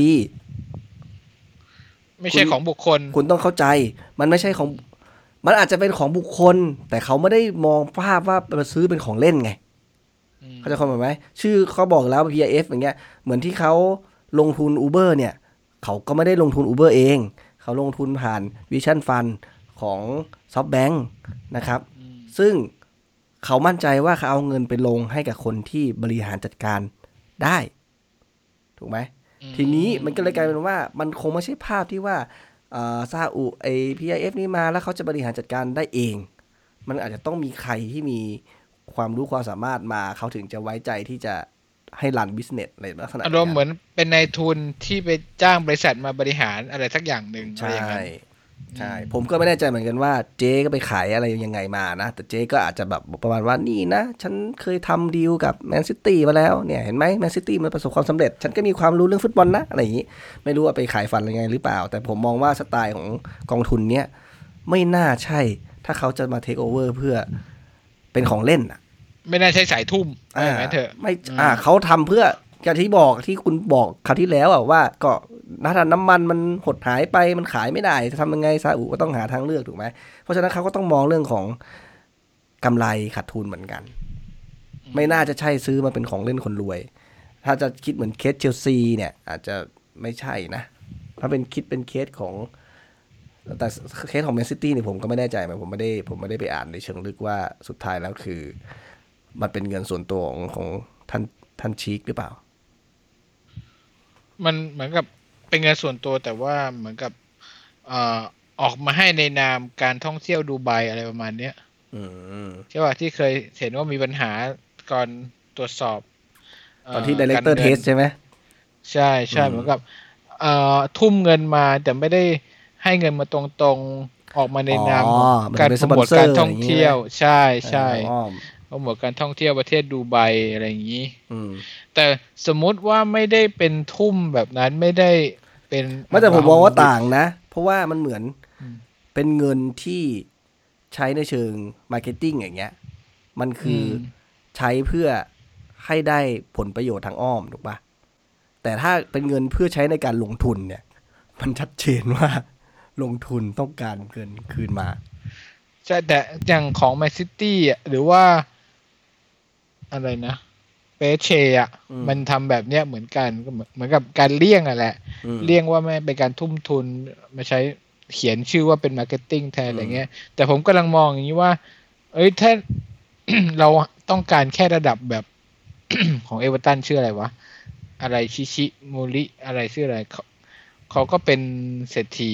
ไม่ใช่ของบุคคลคุณต้องเข้าใจมันไม่ใช่ของมันอาจจะเป็นของบุคคลแต่เขาไม่ได้มองภาพว่ามาซื้อเป็นของเล่นไงเขาจะเข้าใจไหมชื่อเขาบอกแล้ว พี ไอ เอฟ อย่างเงี้ยเหมือนที่เขาลงทุน Uber เนี่ยเขาก็ไม่ได้ลงทุน Uber เองเขาลงทุนผ่าน Vision Fund ของ SoftBank นะครับซึ่งเขามั่นใจว่าเขาเอาเงินไปลงให้กับคนที่บริหารจัดการได้ถูกไหมทีนี้มันก็เลยกลายเป็นว่ามันคงไม่ใช่ภาพที่ว่าซาอุไอ พี ไอ เอฟ นี่มาแล้วเขาจะบริหารจัดการได้เองมันอาจจะต้องมีใครที่มีความรู้ความสามารถมาเขาถึงจะไว้ใจที่จะให้รันบิสเนสอะไรลักษณะอารมณ์เหมือนเป็นนายทุนที่ไปจ้างบริษัทมาบริหารอะไรสักอย่างหนึ่งใช่ใช่ผมก็ไม่แน่ใจเหมือนกันว่าเจ๊ก็ไปขายอะไรยังไงมานะแต่เจ๊ก็อาจจะแบบประมาณว่านี่นะฉันเคยทำดีลกับแมนซิตี้มาแล้วเนี่ยเห็นไหมแมนซิตี้มันประสบความสำเร็จฉันก็มีความรู้เรื่องฟุตบอลนะอะไรอย่างนี้ไม่รู้ว่าไปขายฝันอะไรไงหรือเปล่าแต่ผมมองว่าสไตล์ของกองทุนเนี้ยไม่น่าใช่ถ้าเขาจะมาเทคโอเวอร์เพื่อเป็นของเล่นอ่ะไม่น่าใช่สายทุ่มอะไรเถอะไม่อ่าเขาทำเพื่ออย่างที่บอกที่คุณบอกคราวที่แล้วอ่ะว่าก็น้ำน้ำมันมันหดหายไปมันขายไม่ได้จะทำยังไงซาอุก็ต้องหาทางเลือกถูกไหมเพราะฉะนั้นเขาก็ต้องมองเรื่องของกำไรขาดทุนเหมือนกันไม่น่าจะใช่ซื้อมาเป็นของเล่นคนรวยถ้าจะคิดเหมือนเคสเชลซีเนี่ยอาจจะไม่ใช่นะถ้าเป็นคิดเป็นเคสของแต่เคสของแมนซิตี้เนี่ยผมก็ไม่แน่ใจผมไม่ได้ผมไม่ได้ไปอ่านในเชิงลึกว่าสุดท้ายแล้วคือมันเป็นเงินส่วนตัวของของท่านท่านชีคหรือเปล่ามันเหมือนกับเป็นเงินส่วนตัวแต่ว่าเหมือนกับเอ่อออกมาให้ในนามการท่องเที่ยวดูไบอะไรประมาณเนี้ยใช่ป่ะที่เคยเห็นว่ามีปัญหาก่อนตรวจสอบตอนที่ Director Test ใช่ไหมใช่ใช่เหมือนกับเอ่อทุ่มเงินมาแต่ไม่ได้ให้เงินมาตรงๆออกมาในนามการโปรโมทการท่องเที่ยวใช่ใช่โปรโมทการท่องเที่ยวประเทศดูไบอะไรอย่างนี้แต่สมมุติว่าไม่ได้เป็นทุ่มแบบนั้นไม่ได้เป็นไม่แต่ผมมองว่าต่างนะเพราะว่ามันเหมือนเป็นเงินที่ใช้ในเชิงมาร์เก็ตติ้งอย่างเงี้ยมันคือใช้เพื่อให้ได้ผลประโยชน์ทางอ้อมถูกปะแต่ถ้าเป็นเงินเพื่อใช้ในการลงทุนเนี่ยมันชัดเจนว่าลงทุนต้องการเงินคืนมาใช่แต่อย่างของแมนซิตี้อ่ะหรือว่าอะไรนะเปเชอ่ะมันทำแบบเนี้ยเหมือนกันก็เหมือนกับการเลี่ยงอ่ะแหละเลี่ยงว่าไม่เป็นการทุ่มทุนมาใช้เขียนชื่อว่าเป็นมาร์เก็ตติ้งแทนอะไรเงี้ยแต่ผมกำลังมองอย่างนี้ว่าเอ้ยถ้า เราต้องการแค่ระดับแบบ ของเอเวอร์ตันชื่ออะไรวะอะไรชิชิโมริอะไรชื่ออะไรเขาเขาก็เป็นเศรษฐี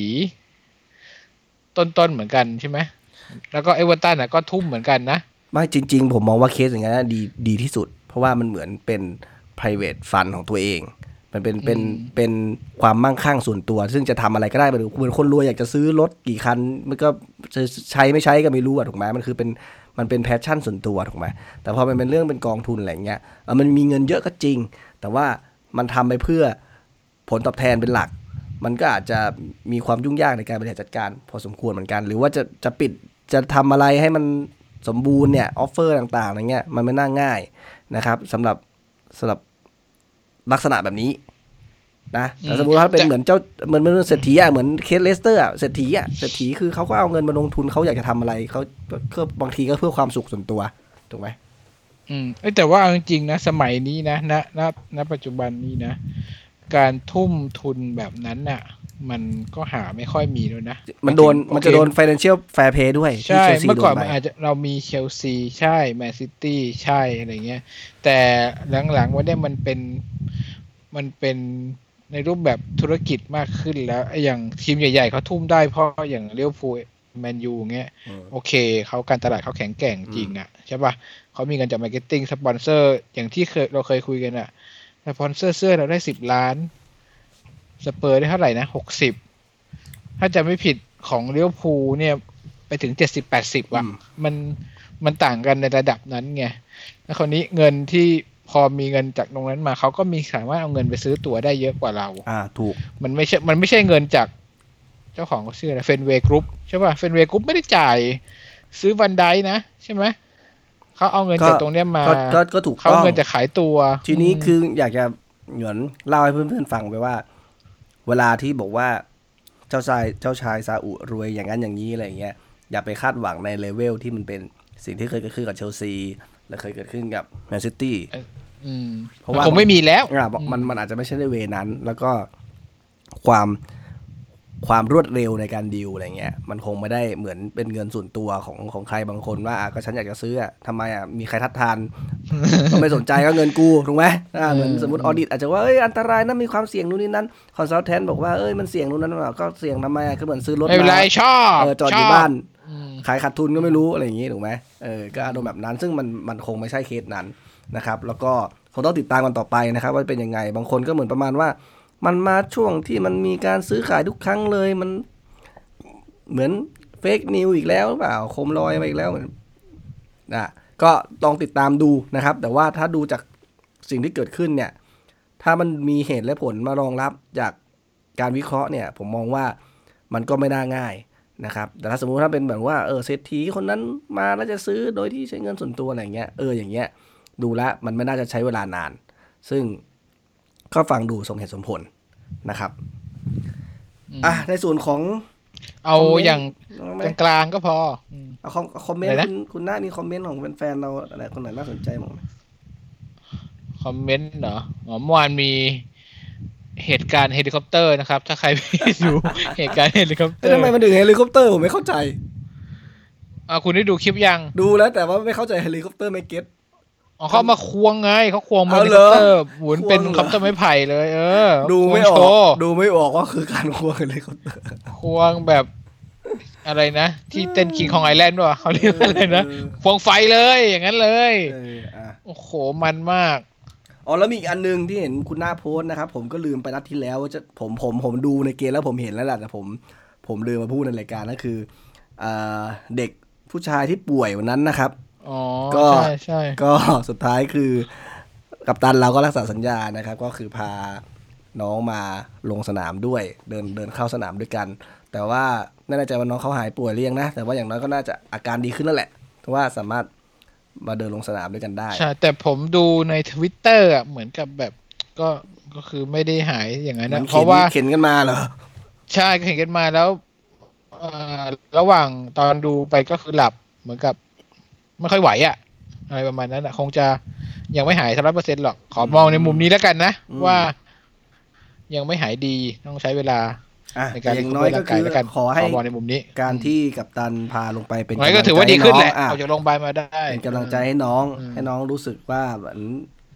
ต้นๆเหมือนกันใช่ไหมแล้วก็เอเวอร์ตันอ่ะก็ทุ่มเหมือนกันนะไม่จริงๆผมมองว่าเคสอย่างนั้นดีดีที่สุดเพราะว่ามันเหมือนเป็น private fund ของตัวเองมันเป็นเป็นเป็นความมั่งคั่งส่วนตัวซึ่งจะทำอะไรก็ได้เหมือนคนรวยอยากจะซื้อรถกี่คันมันก็จะใช้ไม่ใช้ก็ไม่รู้อะถูกไหมมันคือเป็นมันเป็นแพชชั่นส่วนตัวถูกไหมแต่พอมันเป็นเรื่องเป็นกองทุนอะไรเงี้ยมันมีเงินเยอะก็จริงแต่ว่ามันทำไปเพื่อผลตอบแทนเป็นหลักมันก็อาจจะมีความยุ่งยากในการบริหารจัดการพอสมควรเหมือนกันหรือว่าจะจะปิดจะทำอะไรให้มันสมบูรณ์เนี่ยออฟเฟอร์ต่างๆอะไรเงี้ยมันไม่น่าง่ายนะครับสำหรับสำหรับลักษณะแบบนี้นะแต่สมมติว่าเป็นเหมือนเจ้าเหมือนเป็นเศรษฐีอ่ะเหมือนเคสเลสเตอร์อ่ะเศรษฐีอ่ะเศรษฐีคือเขาก็เอาเงินมาลงทุนเขาอยากจะทำอะไรเขาก็บางทีก็เพื่อความสุขส่วนตัวถูกไหมอืมแต่ว่าจริงๆนะสมัยนี้นะณณณปัจจุบันนี้นะการทุ่มทุนแบบนั้นน่ะมันก็หาไม่ค่อยมีแล้วนะมันโดนมันจะโดน financial fair play ด้วยใช่เมื่อก่อนมันอาจจะเรามีเชลซีใช่แมนซิตี้ใช่อะไรเงี้ยแต่หลังๆวันนี้มันเป็นมันเป็นในรูปแบบธุรกิจมากขึ้นแล้วอย่างทีมใหญ่ๆเขาทุ่มได้เพราะอย่างลิเวอร์พูลแมนยูเงี้ยโอเคเขาการตลาดเขาแข็งแกร่งจริงอ่ะใช่ป่ะเขามีเงินจากมาร์เก็ตติ้งสปอนเซอร์อย่างที่เคยเราเคยคุยกันอ่ะสปอนเซอร์เสื้อเราได้สิบล้านสเปอร์ได้เท่าไหร่นะหกสิบถ้าจะไม่ผิดของลิเวอร์พูลเนี่ยไปถึงเจ็ดสิบแปดสิบอ่ะมันมันต่างกันในระดับนั้นไงแล้วคราวนี้เงินที่พอมีเงินจากตรงนั้นมาเขาก็มีสามารถเอาเงินไปซื้อตั๋วได้เยอะกว่าเราอ่าถูกมันไม่ใช่มันไม่ใช่เงินจากเจ้าของเขาชื่ออะไรเฟนเวย์กรุ๊ปใช่ป่ะเฟนเวย์กรุ๊ปไม่ได้จ่ายซื้อวันไดนะใช่ไหมเขาเอาเงินจากตรงเนี้ยมาก็ก็ถูกเขาเงินจะขายตัวทีนี้คืออยากจะเหมือนเล่าให้เพื่อนๆฟังไปว่าเวลาที่บอกว่าเจ้าชายเจ้าชายซาอุรวยอย่างนั้นอย่างนี้อะไรเงี้ยอย่าไปคาดหวังในเลเวลที่มันเป็นสิ่งที่เคยเกิดขึ้นกับเชลซีและเคยเกิดขึ้นกับแมนซิตี้เพราะว่าคงไม่มีแล้วมันมันอาจจะไม่ใช่ในเวนั้นแล้วก็ความความรวดเร็วในการดีลอะไรเงี้ยมันคงไม่ได้เหมือนเป็นเงินส่วนตัวของของใครบางคนว่าก็ฉันอยากจะซื้ออ่ะทำไมอ่ะมีใครทัดทานก็ไม่สนใจก็เงินกูถูกไหมเหมือนสมมติออดิตอาจจะว่าเอ้ยอันตรายนะมีความเสี่ยงนู่นนี่นั่นคอนซัลแทนบอกว่าเอ้ยมันเสี่ยงนู่นนั่นก็เสี่ยงทำไมก็เหมือนซื้อรถไม่เป็นไรชอบเออจอดอยู่บ้านขายขาดทุนก็ไม่รู้อะไรอย่างงี้ถูกไหมเออก็อารมณ์แบบนั้นซึ่งมันมันคงไม่ใช่เคสนั้นนะครับแล้วก็คงต้องติดตามกันต่อไปนะครับว่าเป็นยังไงบางคนก็เหมือนประมาณว่ามันมาช่วงที่มันมีการซื้อขายทุกครั้งเลยมันเหมือนเฟกนิวอีกแล้วหรือเปล่าโคมลอยมาอีกแล้วนะก็ลองติดตามดูนะครับแต่ว่าถ้าดูจากสิ่งที่เกิดขึ้นเนี่ยถ้ามันมีเหตุและผลมารองรับจากการวิเคราะห์เนี่ยผมมองว่ามันก็ไม่น่าง่ายนะครับแต่ถ้าสมมุติถ้าเป็นแบบว่าเออเศรษฐีคนนั้นมาแล้วจะซื้อโดยที่ใช้เงินส่วนตัวอะไรเงี้ยเอออย่างเงี้ยดูแลมันไม่น่าจะใช้เวลานานซึ่งก็ฟังดูสมเหตุสมผลนะครับอ่ะในส่วนของเอาอย่างกลางๆก็พอเอาคอมเมนต์คุณคุณหน้ามีคอมเมนต์ของแฟนๆเราอะไรคนไหนน่าสนใจมั้งคอมเมนต์เหรออ๋อเมื่อวานมีเหตุการณ์เฮลิคอปเตอร์นะครับถ้าใครไม่ดู เหตุการณ์เฮลิคอปเตอร์ทำไมมันถึงเฮลิคอปเตอร์ผมไม่เข้าใจอ่าคุณได้ดูคลิปยังดูแล้วแต่ว่าไม่เข้าใจเฮลิคอปเตอร์ไม่เก็ตอ๋อเขามาควงไงเขาควงเฮลิคอปเตอร์หมุนเป็นคอปเตอร์ไม้ไผ่เลยเออดูไม่ออกดูไม่ออกว่าคือการควงเฮลิคอปเตอร์ควงแบบอะไรนะที่เต้นคิงคองไอแลนด์ป่ะเขาเรียกอะไรนะควงไฟเลยอย่างนั้นเลยโอ้โหมันมากอ๋อแล้วมีอีกอันนึงที่เห็นคุณหน้าโพสนะครับผมก็ลืมไปนัดที่แล้วว่าจะผมผมผมดูในเกมแล้วผมเห็นแล้วแหละแต่ผมผมลืมมาพูดในรายการนั่นคือเด็กผู้ชายที่ป่วยวันนั้นนะครับอ๋อก็ใช่ใช่ก็สุดท้ายคือกัปตันเราก็รักษาสัญญานะครับก็คือพาน้องมาลงสนามด้วยเดินเดินเข้าสนามด้วยกันแต่ว่าไม่แน่ใจว่าน้องเขาหายป่วยหรือยังนะแต่ว่าอย่างน้อยก็น่าจะอาการดีขึ้นแล้วแหละเพราะว่าสามารถมาเดินลงสนามด้วยกันได้ใช่แต่ผมดูใน Twitter อ่ะเหมือนกับแบบก็ก็คือไม่ได้หายอย่างนั้นนะเพราะว่าเข็นกันมาเหรอใช่เข็นกันมาแล้วระหว่างตอนดูไปก็คือหลับเหมือนกับไม่ค่อยไหวอ่ะอะไรประมาณนั้นอ่ะคงจะยังไม่หายร้อยเปอร์เซ็นต์หรอกขอมองในมุมนี้แล้วกันนะว่ายังไม่หายดีต้องใช้เวลาในการอย่างน้อยก็คือขอให้ในมุมนี้การที่กัปตันพาลงไปเป็นกำลังใจก็ถือว่าดีขึ้นแหละเอาจากโรงพยาบาลมาได้เป็นกำลังใจให้น้องให้น้องรู้สึกว่าเหมือน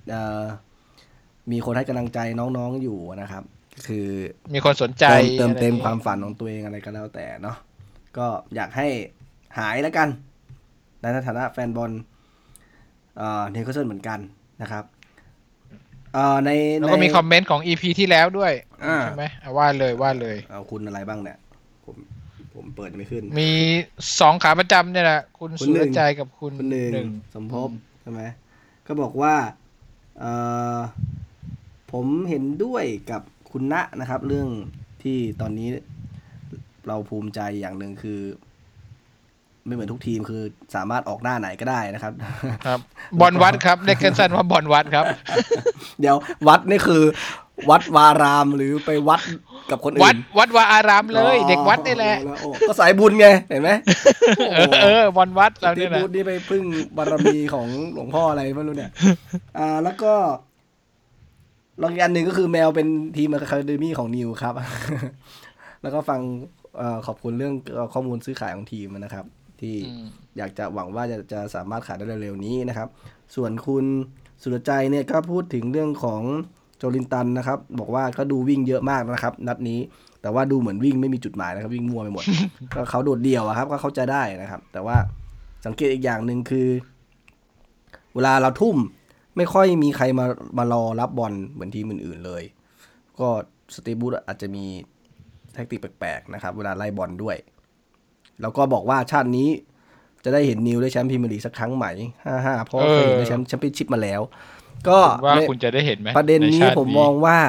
มีคนให้กำลังใจน้องๆอยู่นะครับคือมีคนสนใจเติมเต็มความฝันของตัวเองอะไรก็แล้วแต่เนาะก็อยากให้หายแล้วกันในฐานะแฟนบอลเอ่อนิวคาสเซิลเหมือนกันนะครับเอ่อในแล้วก็มีคอมเมนต์ของ อี พี ที่แล้วด้วยใช่ไหมว่าเลยว่าเลยเอาคุณอะไรบ้างเนี่ยผมผมเปิดไม่ขึ้นมีสองขาประจำเนี่ยแหละคุณสุรใจกับคุณหนึ่งสมภพใช่ไหมก็บอกว่าเอ่อผมเห็นด้วยกับคุณณนะครับเรื่องที่ตอนนี้เราภูมิใจอย่างหนึ่งคือไม่เหมือนทุกทีมคือสามารถออกหน้าไหนก็ได้นะครับครับบอลวัดครับเรียกสั้นๆว่าบอลวัดครับเดี๋ยววัดนี่คือวัดวารามหรือไปวัดกับคนอื่นวัดวัดวาอารามเลยเด็กวัดนี่แหละก็สายบุญไงเห็นไหมเออบอลวัดเราเนี่ยนะที่พูดนี่ไปพึ่งบารมีของหลวงพ่ออะไรไม่รู้เนี่ยอ่าแล้วก็ลองอีกอันหนึ่งก็คือแมวเป็นทีมอะคาเดมี่ของนิวครับแล้วก็ฟังขอบคุณเรื่องข้อมูลซื้อขายของทีมนะครับที่อยากจะหวังว่าจะจะสามารถขายได้เร็วๆนี้นะครับส่วนคุณสุรใจเนี่ยก็พูดถึงเรื่องของโจลินตันนะครับบอกว่าก็ดูวิ่งเยอะมากนะครับนัดนี้แต่ว่าดูเหมือนวิ่งไม่มีจุดหมายนะครับวิ่งมั่วไปหมด ก็เขาโดดเดี่ยวอะครับก็เข้าใจได้นะครับแต่ว่าสังเกตอีกอย่างหนึ่งคือเวลาเราทุ่มไม่ค่อยมีใครมามารอรับบอลเหมือนทีมอื่นๆเลยก็สตีฟบูธอาจจะมีแทคติกแปลกๆนะครับเวลาไล่บอลด้วยแล้วก็บอกว่าชาตินี้จะได้เห็นนิวได้แชมป์พรีเมียร์ลีกสักครั้งไหมห้าสิบห้าเพราะเคยได้แชมป์แชมเปี้ยนชิพมาแล้วก็ว่าคุณจะได้เห็นไหมประเด็นนี้ผมมองว่า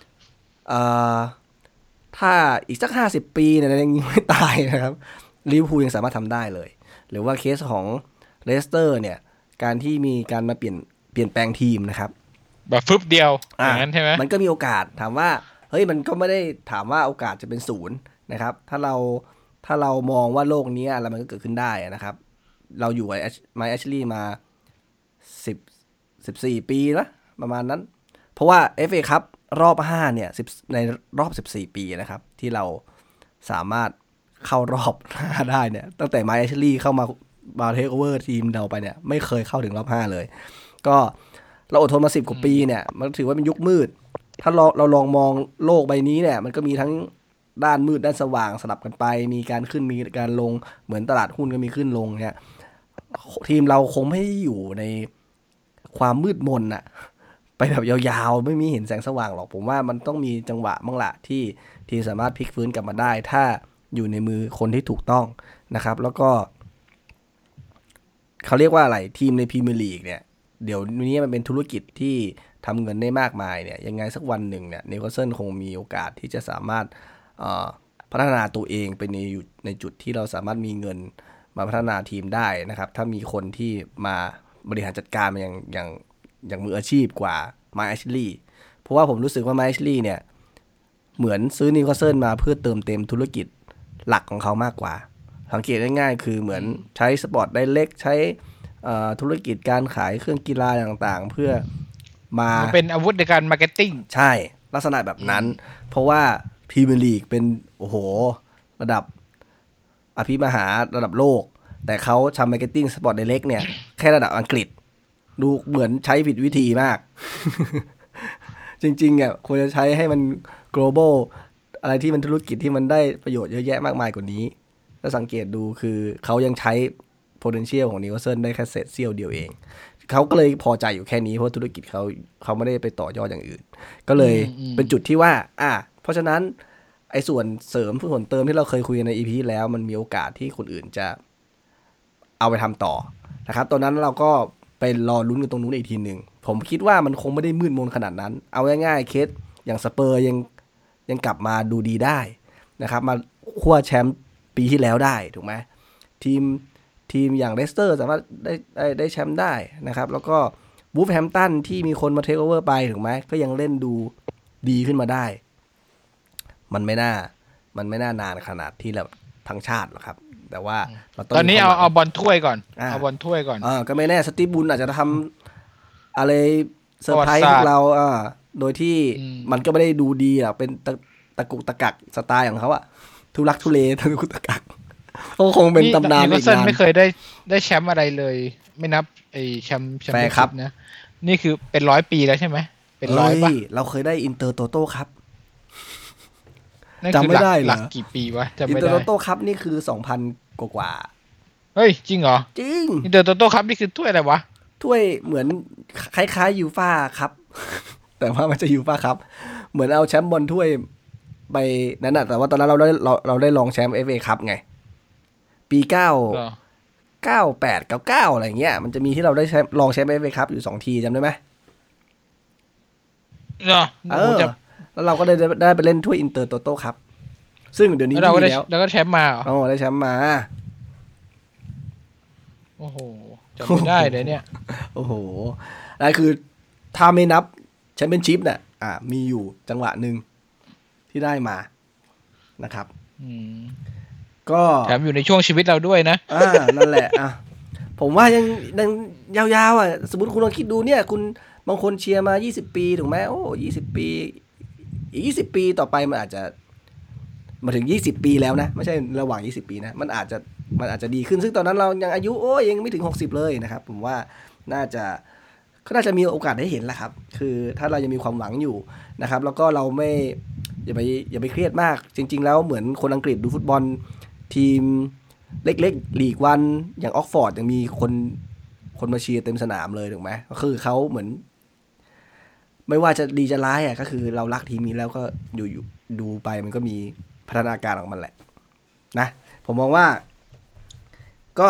ถ้าอีกสักห้าสิบปีเนี่ยยังไม่ตายนะครับลิเวอร์พูลยังสามารถทำได้เลยหรือว่าเคสของเลสเตอร์เนี่ยการที่มีการมาเปลี่ยนเปลี่ยนแปลงทีมนะครับแบบฟึบเดียวอย่างนั้นใช่ไหมมันก็มีโอกาสถามว่าเฮ้ยมันก็ไม่ได้ถามว่าโอกาสจะเป็นศูนย์นะครับถ้าเราถ้าเรามองว่าโลกนี้อะไรมันก็เกิดขึ้นได้นะครับเราอยู่กับไมค์แอชลีย์มาสิบ สิบสี่ปีนะประมาณนั้นเพราะว่า เอฟ เอ Cup รอบห้าเนี่ยในรอบสิบสี่ปีนะครับที่เราสามารถเข้ารอบห้าได้เนี่ยตั้งแต่ไมค์แอชลีย์เข้ามามาเทคโอเวอร์ทีมเราไปเนี่ยไม่เคยเข้าถึงรอบห้าเลยก็เราอดทนมาสิบกว่าปีเนี่ยมันถือว่าเป็นยุคมืดถ้าเราเราลองมองโลกใบนี้เนี่ยมันก็มีทั้งด้านมืดด้านสว่างสลับกันไปมีการขึ้นมีการลงเหมือนตลาดหุ้นก็มีขึ้นลงเนี่ยทีมเราคงไม่อยู่ในความมืดมนอะไปแบบยาวๆไม่มีเห็นแสงสว่างหรอกผมว่ามันต้องมีจังหวะบ้างละที่ทีมสามารถพลิกฟื้นกลับมาได้ถ้าอยู่ในมือคนที่ถูกต้องนะครับแล้วก็เขาเรียกว่าอะไรทีมในพรีเมียร์ลีกเนี่ยเดี๋ยวนี้มันเป็นธุรกิจที่ทำเงินได้มากมายเนี่ยยังไงสักวันหนึ่งเนี่ยนิวคาสเซิลคงมีโอกาสที่จะสามารถพัฒนาตัวเองไปในในจุดที่เราสามารถมีเงินมาพัฒนาทีมได้นะครับถ้ามีคนที่มาบริหารจัดการมันอย่างอย่างอย่างมืออาชีพกว่าไมค์แอชลีย์เพราะว่าผมรู้สึกว่าไมค์แอชลีย์เนี่ยเหมือนซื้อนิวคาสเซิลมาเพื่อเติมเต็มธุรกิจหลักของเขามากกว่าสังเกตง่ายๆคือเหมือนใช้สปอร์ตไดเรกใช้ธุรกิจการขายเครื่องกีฬาต่างๆเพื่อมามันเป็นอาวุธในการมาร์เก็ตติ้งใช่ลักษณะแบบนั้นเพราะว่าพรีเมียร์ลีกเป็นโอ้โหระดับอภิมหาระดับโลกแต่เขาทำมาร์เก็ตติ้งสปอร์ตไดเรกเนี่ยแค่ระดับอังกฤษดูเหมือนใช้ผิดวิธีมาก จริงๆอ่ะควรจะใช้ให้มัน global อะไรที่มันธุรกิจที่มันได้ประโยชน์เยอะแยะมากมายกว่านี้ถ้าสังเกตดูคือเขายังใช้ potential ของนิวคาสเซิลได้แค่เศษเสี้ยวเดียวเองเขาก็เลยพอใจอยู่แค่นี้เพราะธุรกิจเขาเขาไม่ได้ไปต่อยอดอย่างอื่นก็เลยเป็นจุดที่ว่าอ่ะเพราะฉะนั้นไอ้ส่วนเสริมส่วนเติมที่เราเคยคุยใน อี พี ที่แล้วมันมีโอกาสที่คนอื่นจะเอาไปทำต่อนะครับตอนนั้นเราก็ไปรอลุ้นกันตรงนู้นอีกทีหนึ่งผมคิดว่ามันคงไม่ได้มืดมนขนาดนั้นเอาง่ายๆเคสอย่างสเปอร์ยังยังกลับมาดูดีได้นะครับมาคว้าแชมป์ปีที่แล้วได้ถูกไหมทีมทีมอย่างเลสเตอร์สามารถได้ได้ได้แชมป์ได้นะครับแล้วก็วูฟแฮมป์ตันที่มีคนมาเทคโอเวอร์ไปถูกไหมก็ยังเล่นดูดีขึ้นมาได้มันไม่น่ามันไม่น่านานขนาดที่แบบทั้งชาติหรอกครับแต่ว่าตอนนี้เอาเอาบอลถ้วยก่อนเอาบอลถ้วยก่อนอ่าก็ไม่แน่สตีฟบุญอาจจะทำอะไรเซอร์ไพรส์พวกเราอ่าโดยที่มันก็ไม่ได้ดูดีอ่ะเป็นตะตะกุกตะกักสไตล์ของเขาอะทุลักทุเลตะกุกตะกักก็คงเป็นตำนานอีกนานไม่เคยได้ได้แชมป์อะไรเลยไม่นับไอ้แชมป์แชมป์ครับนะนี่คือเป็นร้อยปีแล้วใช่ไหมเป็นร้อยป่ะเราเคยได้อินเตอร์โตโต้ครับจำไม่ได้เหรอหลักกี่ปีวะจำไม่ได้อินเตอร์โตโต้ครับนี่คือสองพันกว่าเฮ้ยจริงเหรอจริงอินเตอร์โตโต้ครับนี่คือถ้วยอะไรวะถ้วยเหมือนคล้ายๆยูฟ่าครับแต่ว่ามันจะยูฟ่าครับเหมือนเอาแชมป์บอลถ้วยไปนั่นน่ะแต่ว่าตอนนั้นเราได้เราเราได้รองแชมป์ เอฟ เอ คัพไงปีเก้า เก้า แปด เก้า เก้าอะไรเงี้ยมันจะมีที่เราได้รองแชมป์ เอฟ เอ คัพอยู่สองทีจำได้มั้ยเหรอเออแล้วเราก็ได้ได้ไปเล่นถ้วยอินเตอร์โตโต้ครับซึ่งเดี๋ยวนี้มีแล้วแล้วก็แชมป์มาเหรออ๋อได้แชมป์มาโอ้โหจำไม่ได้เลยเนี่ยโอ้โหนั่นคือถ้าไม่นับแชมเปี้ยนชิพเนี่ยอ่ามีอยู่จังหวะนึงที่ได้มานะครับอืมก็แถมอยู่ในช่วงชีวิตเราด้วยนะอ่านั่นแหละอ่ะผมว่ายังยังยาวๆอ่ะสมมุติคุณลองคิดดูเนี่ยคุณบางคนเชียร์มายี่สิบปีถูกไหมโอ้ยี่สิบปีอีกยี่สิบปีต่อไปมันอาจจะมาถึงยี่สิบปีแล้วนะไม่ใช่ระหว่างยี่สิบปีนะมันอาจจะมันอาจจะดีขึ้นซึ่งตอนนั้นเรายังอายุโอ้ยังไม่ถึงหกสิบเลยนะครับผมว่าน่าจะก็น่าจะมีโอกาสได้เห็นแหละครับคือถ้าเรายังมีความหวังอยู่นะครับแล้วก็เราไม่อย่าไปอย่าไปเครียดมากจริงๆแล้วเหมือนคนอังกฤษดูฟุตบอลทีมเล็กๆลีกวันอย่างออกฟอร์ดยังมีคนคนมาเชียร์เต็มสนามเลยถูกไหมก็คือเขาเหมือนไม่ว่าจะดีจะร้ายอ่ะก็คือเรารักทีมนี้แล้วก็อยู่อยู่ดูไปมันก็มีพัฒนาการของมันแหละนะผมมองว่าก็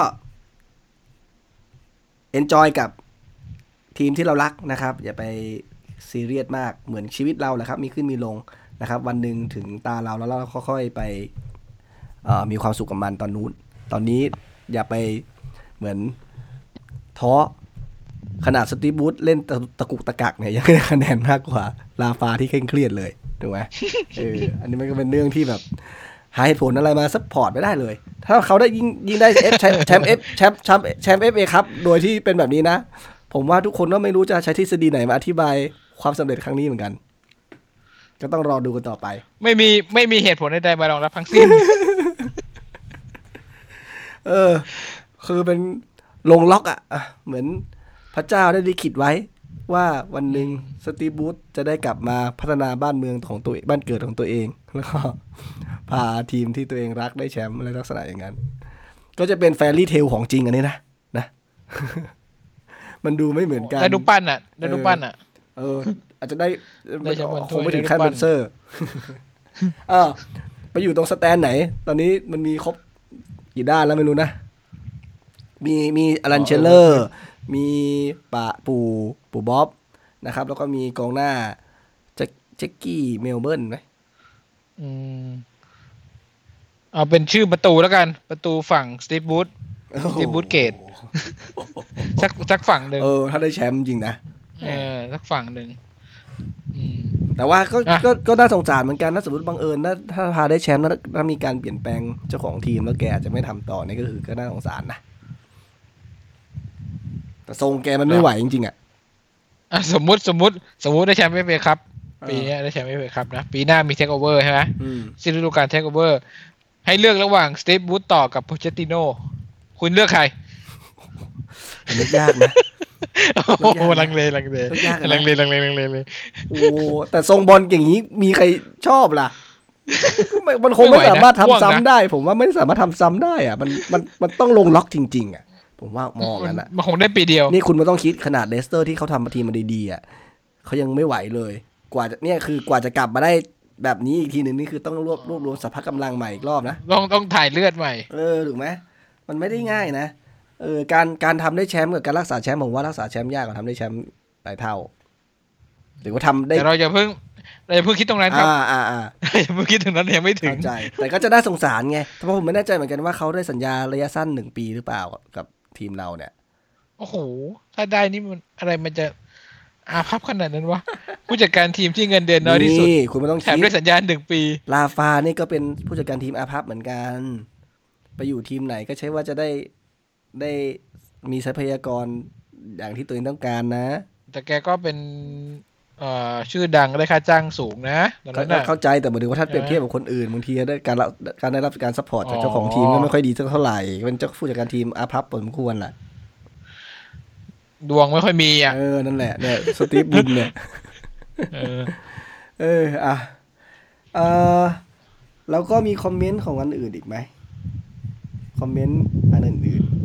เอนจอยกับทีมที่เรารักนะครับอย่าไปซีเรียสมากเหมือนชีวิตเราแหละครับมีขึ้นมีลงนะครับวันหนึ่งถึงตาเราแล้วเราค่อยๆไปมีความสุขกับมันตอนนู้นตอนนี้อย่าไปเหมือนท้อขนาดสตีฟบูธเล่นตะกุกตะกักเนี่ยยังได้คะแนนมากกว่าลาฟาที่เคร่งเครียดเลยถูกไหมเอออันนี้มันก็เป็นเรื่องที่แบบหาเหตุผลอะไรมาซัพพอร์ตไม่ได้เลยถ้าเขาได้ยิงยิงได้เอฟแชมป์เอฟแชมป์แชมป์แชมป์เอฟเอครับโดยที่เป็นแบบนี้นะผมว่าทุกคนก็ไม่รู้จะใช้ทฤษฎีไหนมาอธิบายความสำเร็จครั้งนี้เหมือนกันก็ต้องรอดูกันต่อไปไม่มีไม่มีเหตุผลใดๆมารองรับทั้งสิ้นเออคือเป็นลงล็อกอ่ะเหมือนพระเจ้าได้ลิขิตไว้ว่าวันหนึ่งสตีฟบูธจะได้กลับมาพัฒนาบ้านเมืองของตัวบ้านเกิดของตัวเองแล้วก็พาทีมที่ตัวเองรักได้แชมป์อะไรลักษณะอย่างนั้นก็จะเป็นแฟรี่เทลของจริงอันนี้นะนะมันดูไม่เหมือนกันได้ดูปั้นอ่ะได้ดูปั้นอ่ะเอออาจจะได้คงไม่ถึงขั้นเป็นเซอร์เออไปอยู่ตรงสแตนไหนตอนนี้มันมีครบกี่ด้านแล้วไม่รู้นะมีมีอลันเชลเลอร์มีปะปู่ปู่บ๊อบนะครับแล้วก็มีกองหน้าแจ็คกี้เมลเบิร์นไหมอืมเอาเป็นชื่อประตูแล้วกันประตูฝั่งสตีฟบูธสตีฟบูธเกตสักสักฝั่งหนึ่งเออถ้าได้แชมป์จริงนะเออสักฝั่งหนึ่งแต่ว่าก็ก็ก็น่าสงสารเหมือนกันถ้าสมมติบังเอิญถ้าถ้าพาได้แชมป์แล้วถ้ามีการเปลี่ยนแปลงเจ้าของทีมแล้วแกอาจจะไม่ทำต่อนี่ก็คือก็น่าสงสารนะแต่ทรงแกมันไม่ไหวจริงๆอ่ะอ่ะสมมุติสมมุติสมมุติได้แชมป์เอฟเอครับปีนี้ได้แชมป์เอฟเอครับนะปีหน้ามีเทคโอเวอร์ใช่ไหมสิ้นฤดูกาลเทคโอเวอร์ให้เลือกระหว่างสตีฟบูธต่อกับโพเชตติโน่คุณเลือกใครนึกยากนะโอ้โหลังเลลังเลลังเลลังเลลังเลเลยโอ้แต่ทรงบอลอย่างนี้มีใครชอบล่ะมันคงไม่สามารถทำซ้ำได้ผมว่าไม่สามารถทำซ้ำได้อ่ะมันมันมันต้องลงล็อกจริงๆอ่ะผมว่ามองกันอ่ะมันคงได้ปีเดียวนี่คุณไม่ต้องคิดขนาดเลสเตอร์ที่เขาทำทีมมาดีๆอ่ะเขายังไม่ไหวเลยกว่าจะเนี่ยคือกว่าจะกลับมาได้แบบนี้อีกทีหนึ่งนี่คือต้องรวบรวบรวมสภาพกำลังใหม่อีกรอบนะต้องต้องถ่ายเลือดใหม่เออถูกไหมมันไม่ได้ง่ายนะเออการการทำได้แชมป์กับการรักษาแชมป์ผมว่ารักษาแชมป์ยากกว่าทำได้แชมป์หลายเท่าหรือว่าทำได้แต่เราจะเพิ่งเราจะเพิ่งคิดตรงนั้นครับอ่าอ่าอ่าเพิ่งคิดถึงนั้นยังไม่ถึงใจแต่ก็จะน่าสงสารไงเพราะผมไม่แน่ใจเหมือนกันว่าเขาได้สัญญาระยะสั้นหนึ่งปีหรือเปล่ากับทีมเราเนี่ยโอ้โหถ้าได้นี่มันอะไรมันจะอาภัพขนาดนั้นวะผู้จัดการทีมที่เงินเดือนน้อยที่สุดคุณไม่ต้องคิดแถมด้วยสัญญาหนึ่งปีลาฟานี่ก็เป็นผู้จัดการทีมอาภัพเหมือนกันไปอยู่ทีมไหนก็ใช่ว่าจะได้ได้มีทรัพยากรอย่างที่ตัวเองต้องการนะแต่แกก็เป็นเอ่อชื่อดังได้ค่าจ้างสูงนะตอนนั้นน่ะเข้าใจแต่หมายถึงว่าถ้าเปรียบเทียบกับคนอื่นบางทีได้การการได้รับการซัพพอร์ตจากเจ้าของทีมก็ไม่ค่อยดีเท่าไหร่เป็นเจ้าผู้จัดการทีมอาภัพพอสมควรแหละดวงไม่ค่อยมีอ่ะเออนั่นแหละเนี่ยสตีฟบุญเนี่ยเออเอออ่ะเออแล้วก็มีคอมเมนต์ของอันอื่นอีกไหมคอมเมนต์อันอื่น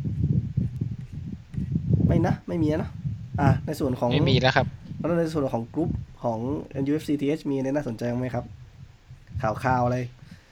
ๆไม่นะไม่มีนะอ่ะในส่วนของไม่มีแล้วครับแล้วในส่วนของกรุ๊ปของ เอ็น ยู เอฟ ซี ที เอช มีอะไรน่าสนใจไหมครับข่าวข่าวอะไร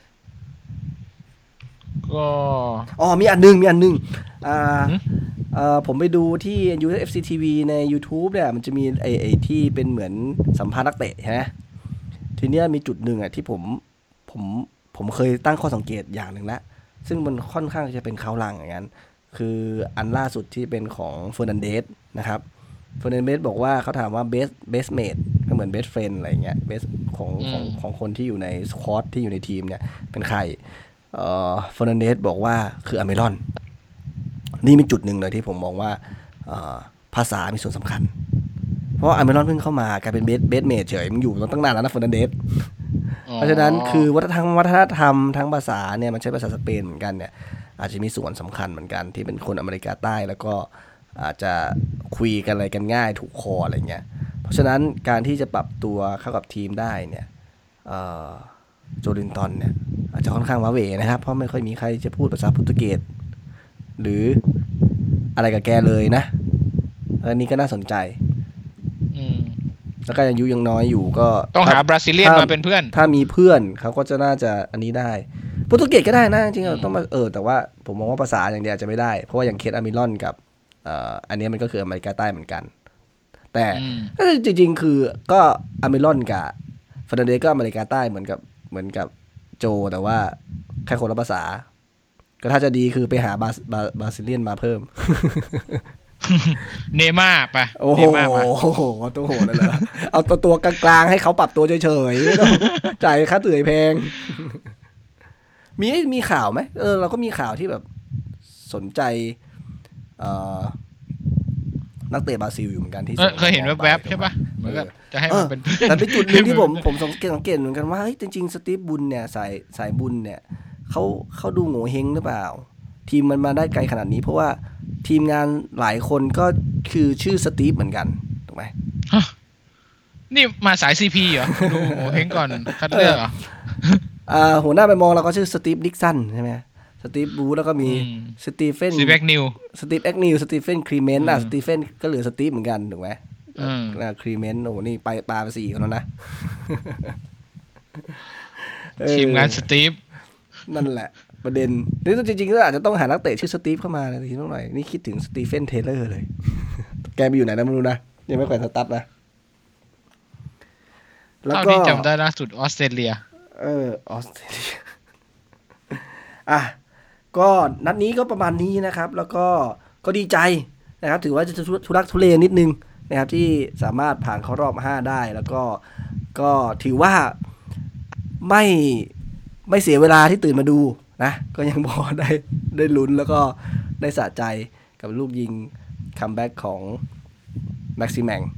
ก็อ๋อมีอันนึงมีอันนึงอ่าเอ่อผมไปดูที่ เอ็น ยู เอฟ ซี ที วี ใน YouTube เนี่ยมันจะมีไอ้ไอ้ที่เป็นเหมือนสัมภาษณ์นักเตะใช่ไหมทีเนี้ยมีจุดหนึ่งอ่ะที่ผมผมผมเคยตั้งข้อสังเกตอย่างหนึ่งแล้วซึ่งมันค่อนข้างจะเป็นข่าวลังอย่างนั้นคืออันล่าสุดที่เป็นของเฟอร์นันเดสนะครับเฟอร์นันเดสบอกว่าเขาถามว่าเบสเบสเมทก็เหมือนเบสเฟรนด์อะไรเงี้ยเบสของของของคนที่อยู่ในสควอตที่อยู่ในทีมเนี่ยเป็นใครเอ่อเฟอร์นันเดสบอกว่าคืออเมรอนนี่มีจุดหนึ่งเลยที่ผมมองว่าภาษามีส่วนสำคัญเพราะอเมรอนเพิ่งเข้ามากลายเป็นเบสเบสเมทเฉยมันอยู่ตั้งนานแล้วนะเฟอร์นันเดสเพราะฉะนั้นคือวัฒนธรรมวัฒนธรรมทั้งภาษาเนี่ยมันใช้ภาษาสเปนเหมือนกันเนี่ยอาจจะมีส่วนสำคัญเหมือนกันที่เป็นคนอเมริกาใต้แล้วก็อาจจะคุยกันอะไรกันง่ายถูกคออะไรเงี้ยเพราะฉะนั้นการที่จะปรับตัวเข้ากับทีมได้เนี่ยโจลินตันเนี่ยอาจจะค่อนข้างว้าเหวนะครับเพราะไม่ค่อยมีใครจะพูดภาษาโปรตุเกสหรืออะไรกับแกเลยนะอันนี้ก็น่าสนใจแล้วก็ยังอายุยังน้อยอยู่ก็ต้องหาบราซิเลียนมาเป็นเพื่อนถ้ามีเพื่อนเขาก็จะน่าจะอันนี้ได้โปรตุเกสก็ได้นะจริงๆต้องมาเออแต่ว่าผมมองว่าภาษาอย่างเดียวจะไม่ได้เพราะว่าอย่างเคทอามิรอนกับอันนี้มันก็คืออเมริกาใต้เหมือนกันแต่จริงๆคือก็อามิรอนกับเฟอร์นันเดสก็อเมริกาใต้เหมือนกับเหมือนกับโจแต่ว่าแค่คนละภาษาก็ถ้าจะดีคือไปหาบาบาบาซิเลียนมาเพิ่มเนม่าไปโอ้โหโอ้โหตัวโหนั่นแหละเอาตัวตัวกลางๆให้เขาปรับตัวเฉยๆไม่ต้องจ่ายค่าเตื่อยแพงมีมีข่าวไหมเออเราก็มีข่าวที่แบบสนใจเอ่อนักเตะบราซิลอยู่เหมือนกันที่เคยเห็นแวบๆใช่ป่ะเหมือนกับจะให้มันเป็นแต่เป็นจุดนึงที่ผมผมสังเกตสังเกตเหมือนกันว่าเฮ้ยจริงๆสตีฟบุญเนี่ยสายสายบุญเนี่ยเขาเขาดูโง่เฮงหรือเปล่าทีมมันมาได้ไกลขนาดนี้เพราะว่าทีมงานหลายคนก็คือชื่อสตีฟเหมือนกันถูกไหมนี่มาสาย ซี พี เหรอดูโง่เฮงก่อนคัดเลือกเหรออ่าหัวหน้าไปมองเราก็ชื่อสตีฟดิกสันใช่ไหมสตีฟบูแล้วก็มีสตีเฟนสตีฟแอ็กนิวสตีฟแอ็กนิวสตีเฟนครีเมนต์อ่ะสตีเฟนก็เหลือสตีฟเหมือนกันถูกไหมอ่าครีเมนต์โอ้นี่ไปปลาไปสี่คนแล้วนะทีมงานสตีฟนั่นแหละประเด็นนี่จริงๆก็อาจจะต้องหานักเตะชื่อสตีฟเข้ามาทีนิดหน่อยนี่คิดถึงสตีเฟนเทเลอร์เลยแกไปอยู่ไหนนะไม่รู้นะยังไม่แขวนสตั๊ดนะแล้วก็จำได้ล่าสุดออสเตรเลียเออออสเตรเลียอ่ะก็นัดนี้ก็ประมาณนี้นะครับแล้วก็ก็ดีใจนะครับถือว่าจะทุลักทุเลนิดนึงนะครับที่สามารถผ่านเข้ารอบห้าได้แล้วก็ก็ถือว่าไม่ไม่เสียเวลาที่ตื่นมาดูนะก็ยังพอได้ได้ลุ้นแล้วก็ได้สะใจกับลูกยิงคัมแบ็กของแม็กซิแมง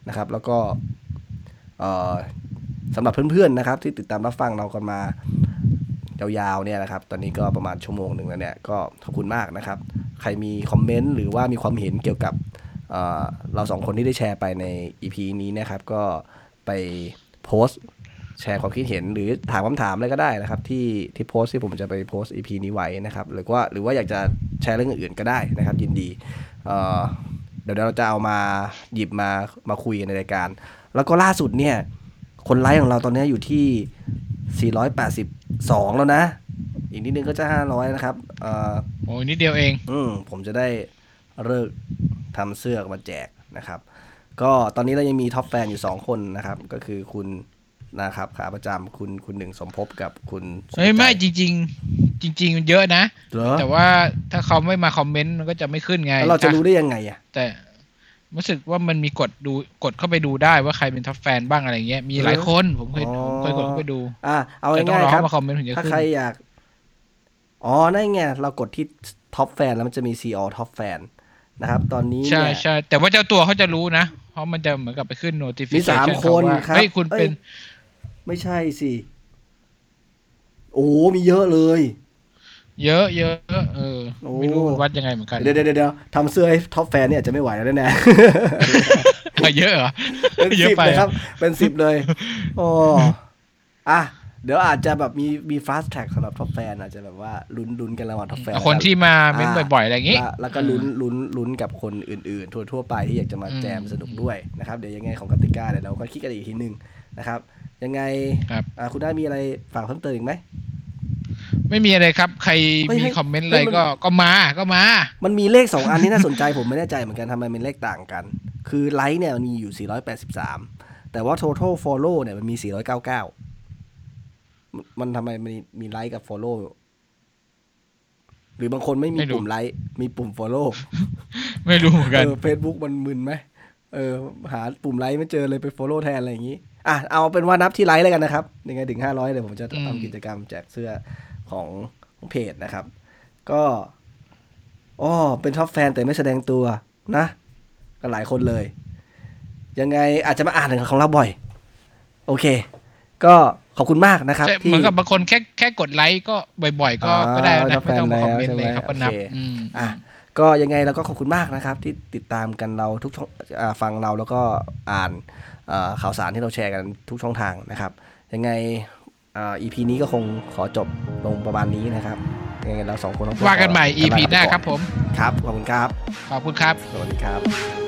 นะครับแล้วก็เอ่อสำหรับเพื่อนๆนะครับที่ติดตามรับฟังเรากันมายาวๆเนี่ยนะครับตอนนี้ก็ประมาณชั่วโมงหนึ่งแล้วเนี่ยก็ขอบคุณมากนะครับใครมีคอมเมนต์หรือว่ามีความเห็นเกี่ยวกับเอ่อเราสองคนที่ได้แชร์ไปใน อี พี นี้นะครับก็ไปโพสต์แชร์ความคิดเห็นหรือถามคำถามอะไรก็ได้นะครับที่ที่โพสต์ที่ผมจะไปโพสต์ อี พี นี้ไว้นะครับหรือว่าหรือว่าอยากจะแชร์เรื่องอื่นๆก็ได้นะครับยินดีเอ่อเดี๋ยวเราจะเอามาหยิบมามาคุยในรายการแล้วก็ล่าสุดเนี่ยคนไลค์ของเราตอนนี้อยู่ที่สี่ร้อยแปดสิบสองแล้วนะอีกนิดนึงก็จะห้าร้อยนะครับเอ่อโอ้ยนิดเดียวเองอืมผมจะได้เลิกทำเสื้อมาแจกนะครับก็ตอนนี้เรายังมีท็อปแฟนอยู่สองคนนะครับก็คือคุณนะครับขาประจำคุณคุณหนึ่งสมภพกับคุณเฮ้ยไม่จริงๆจริงๆมันเยอะนะแต่ว่าถ้าเขาไม่มาคอมเมนต์มันก็จะไม่ขึ้นไงแล้วเราจะรู้ได้ยังไงอ่ะแต่รู้สึกว่ามันมีกดดูกดเข้าไปดูได้ว่าใครเป็นท็อปแฟนบ้างอะไรเงี้ยมีหลายคนผมเคยผมเคยกดเข้าไปดูอ่ะเอาง่ายๆครับถ้าใครอยากอ๋อนั่นไงเรากดที่ท็อปแฟนแล้วมันจะมี ซี ออ ท็อปแฟนนะครับตอนนี้ใช่ใช่แต่ว่าเจ้าตัวเขาจะรู้นะเพราะมันจะเหมือนกับไปขึ้น notification มีสามคนครับเฮ้ยคุณเป็นไม่ใช่สิโอ้มีเยอะเลยเยอะเยอะเออไม่รู้วัดยังไงเหมือนกันเดี๋ยวเดี๋ยวเดี๋ยวทำเสื้อให้ท็อปแฟนเนี่ยจะไม่ไหวแล้วแน่เยอะเหรอเป็นสิบเลยครับเป็นสิบเลยโอ้อ่ะเดี๋ยวอาจจะแบบมีมี fast track สำหรับท็อปแฟนอาจจะแบบว่าลุ้นๆกันระหว่างท็อปแฟนคนที่มาเม้นบ่อยๆอะไรอย่างงี้แล้วก็ลุ้นลุ้นลุ้นกับคนอื่นๆทั่วๆไปที่อยากจะมาแจมสนุกด้วยนะครับเดี๋ยวยังไงของกติกาเดี๋ยวเราก็คิดกันอีกทีนึงนะครับยังไงคุณได้มีอะไรฝากเพิ่มเติมอีกไหมไม่มีอะไรครับใครมีคอมเมนต์อะไรก็ก็มาก็มามันมีเลขสองอันที่น่าสนใจผมไม่แน่ใจเหมือนกันทำไมเป็นเลขต่างกันคือไลค์เนี่ยมันมีอยู่สี่ร้อยแปดสิบสามแต่ว่า total follow เนี่ยมันมีสี่ร้อยเก้าสิบเก้ามันทำไมมีมีไลค์กับ follow หรือบางคนไม่มีปุ่มไลค์มีปุ่ม follow ไม่รู้เหมือนกันเออ Facebook มันมึนไหมเออหาปุ่มไลค์ไม่เจอเลยไป follow แทนอะไรอย่างงี้อ่ะเอาเป็นว่านับที่ไลค์เลยกันนะครับยังไงถึงห้าร้อยเดี๋ยวผมจะทำกิจกรรมแจกเสื้อของเพจนะครับก็อ๋อเป็นท็อปแฟนแต่ไม่แสดงตัวนะกันหลายคนเลยยังไงอาจจะมาอ่านของเราบ่อยโอเคก็ขอบคุณมากนะครับที่เหมือนกับบางคนแค่แค่กดไลค์ก็บ่อยๆก็ก็ได้นะไม่ต้องมาคอมเมนต์เลยครับก็นับอ่ะก็ยังไงเราก็ขอบคุณมากนะครับที่ติดตามกันเราทุกช่องฟังเราแล้วก็อ่านข่าวสารที่เราแชร์กันทุกช่องทางนะครับยังไงอ่า อี พี นี้ก็คงขอจบลงประมาณนี้นะครับยังไงเราสองคนต้องว่ากันใหม่ อี พี หน้าครับผมครับขอบคุณครับขอบคุณครับสวัสดีครับ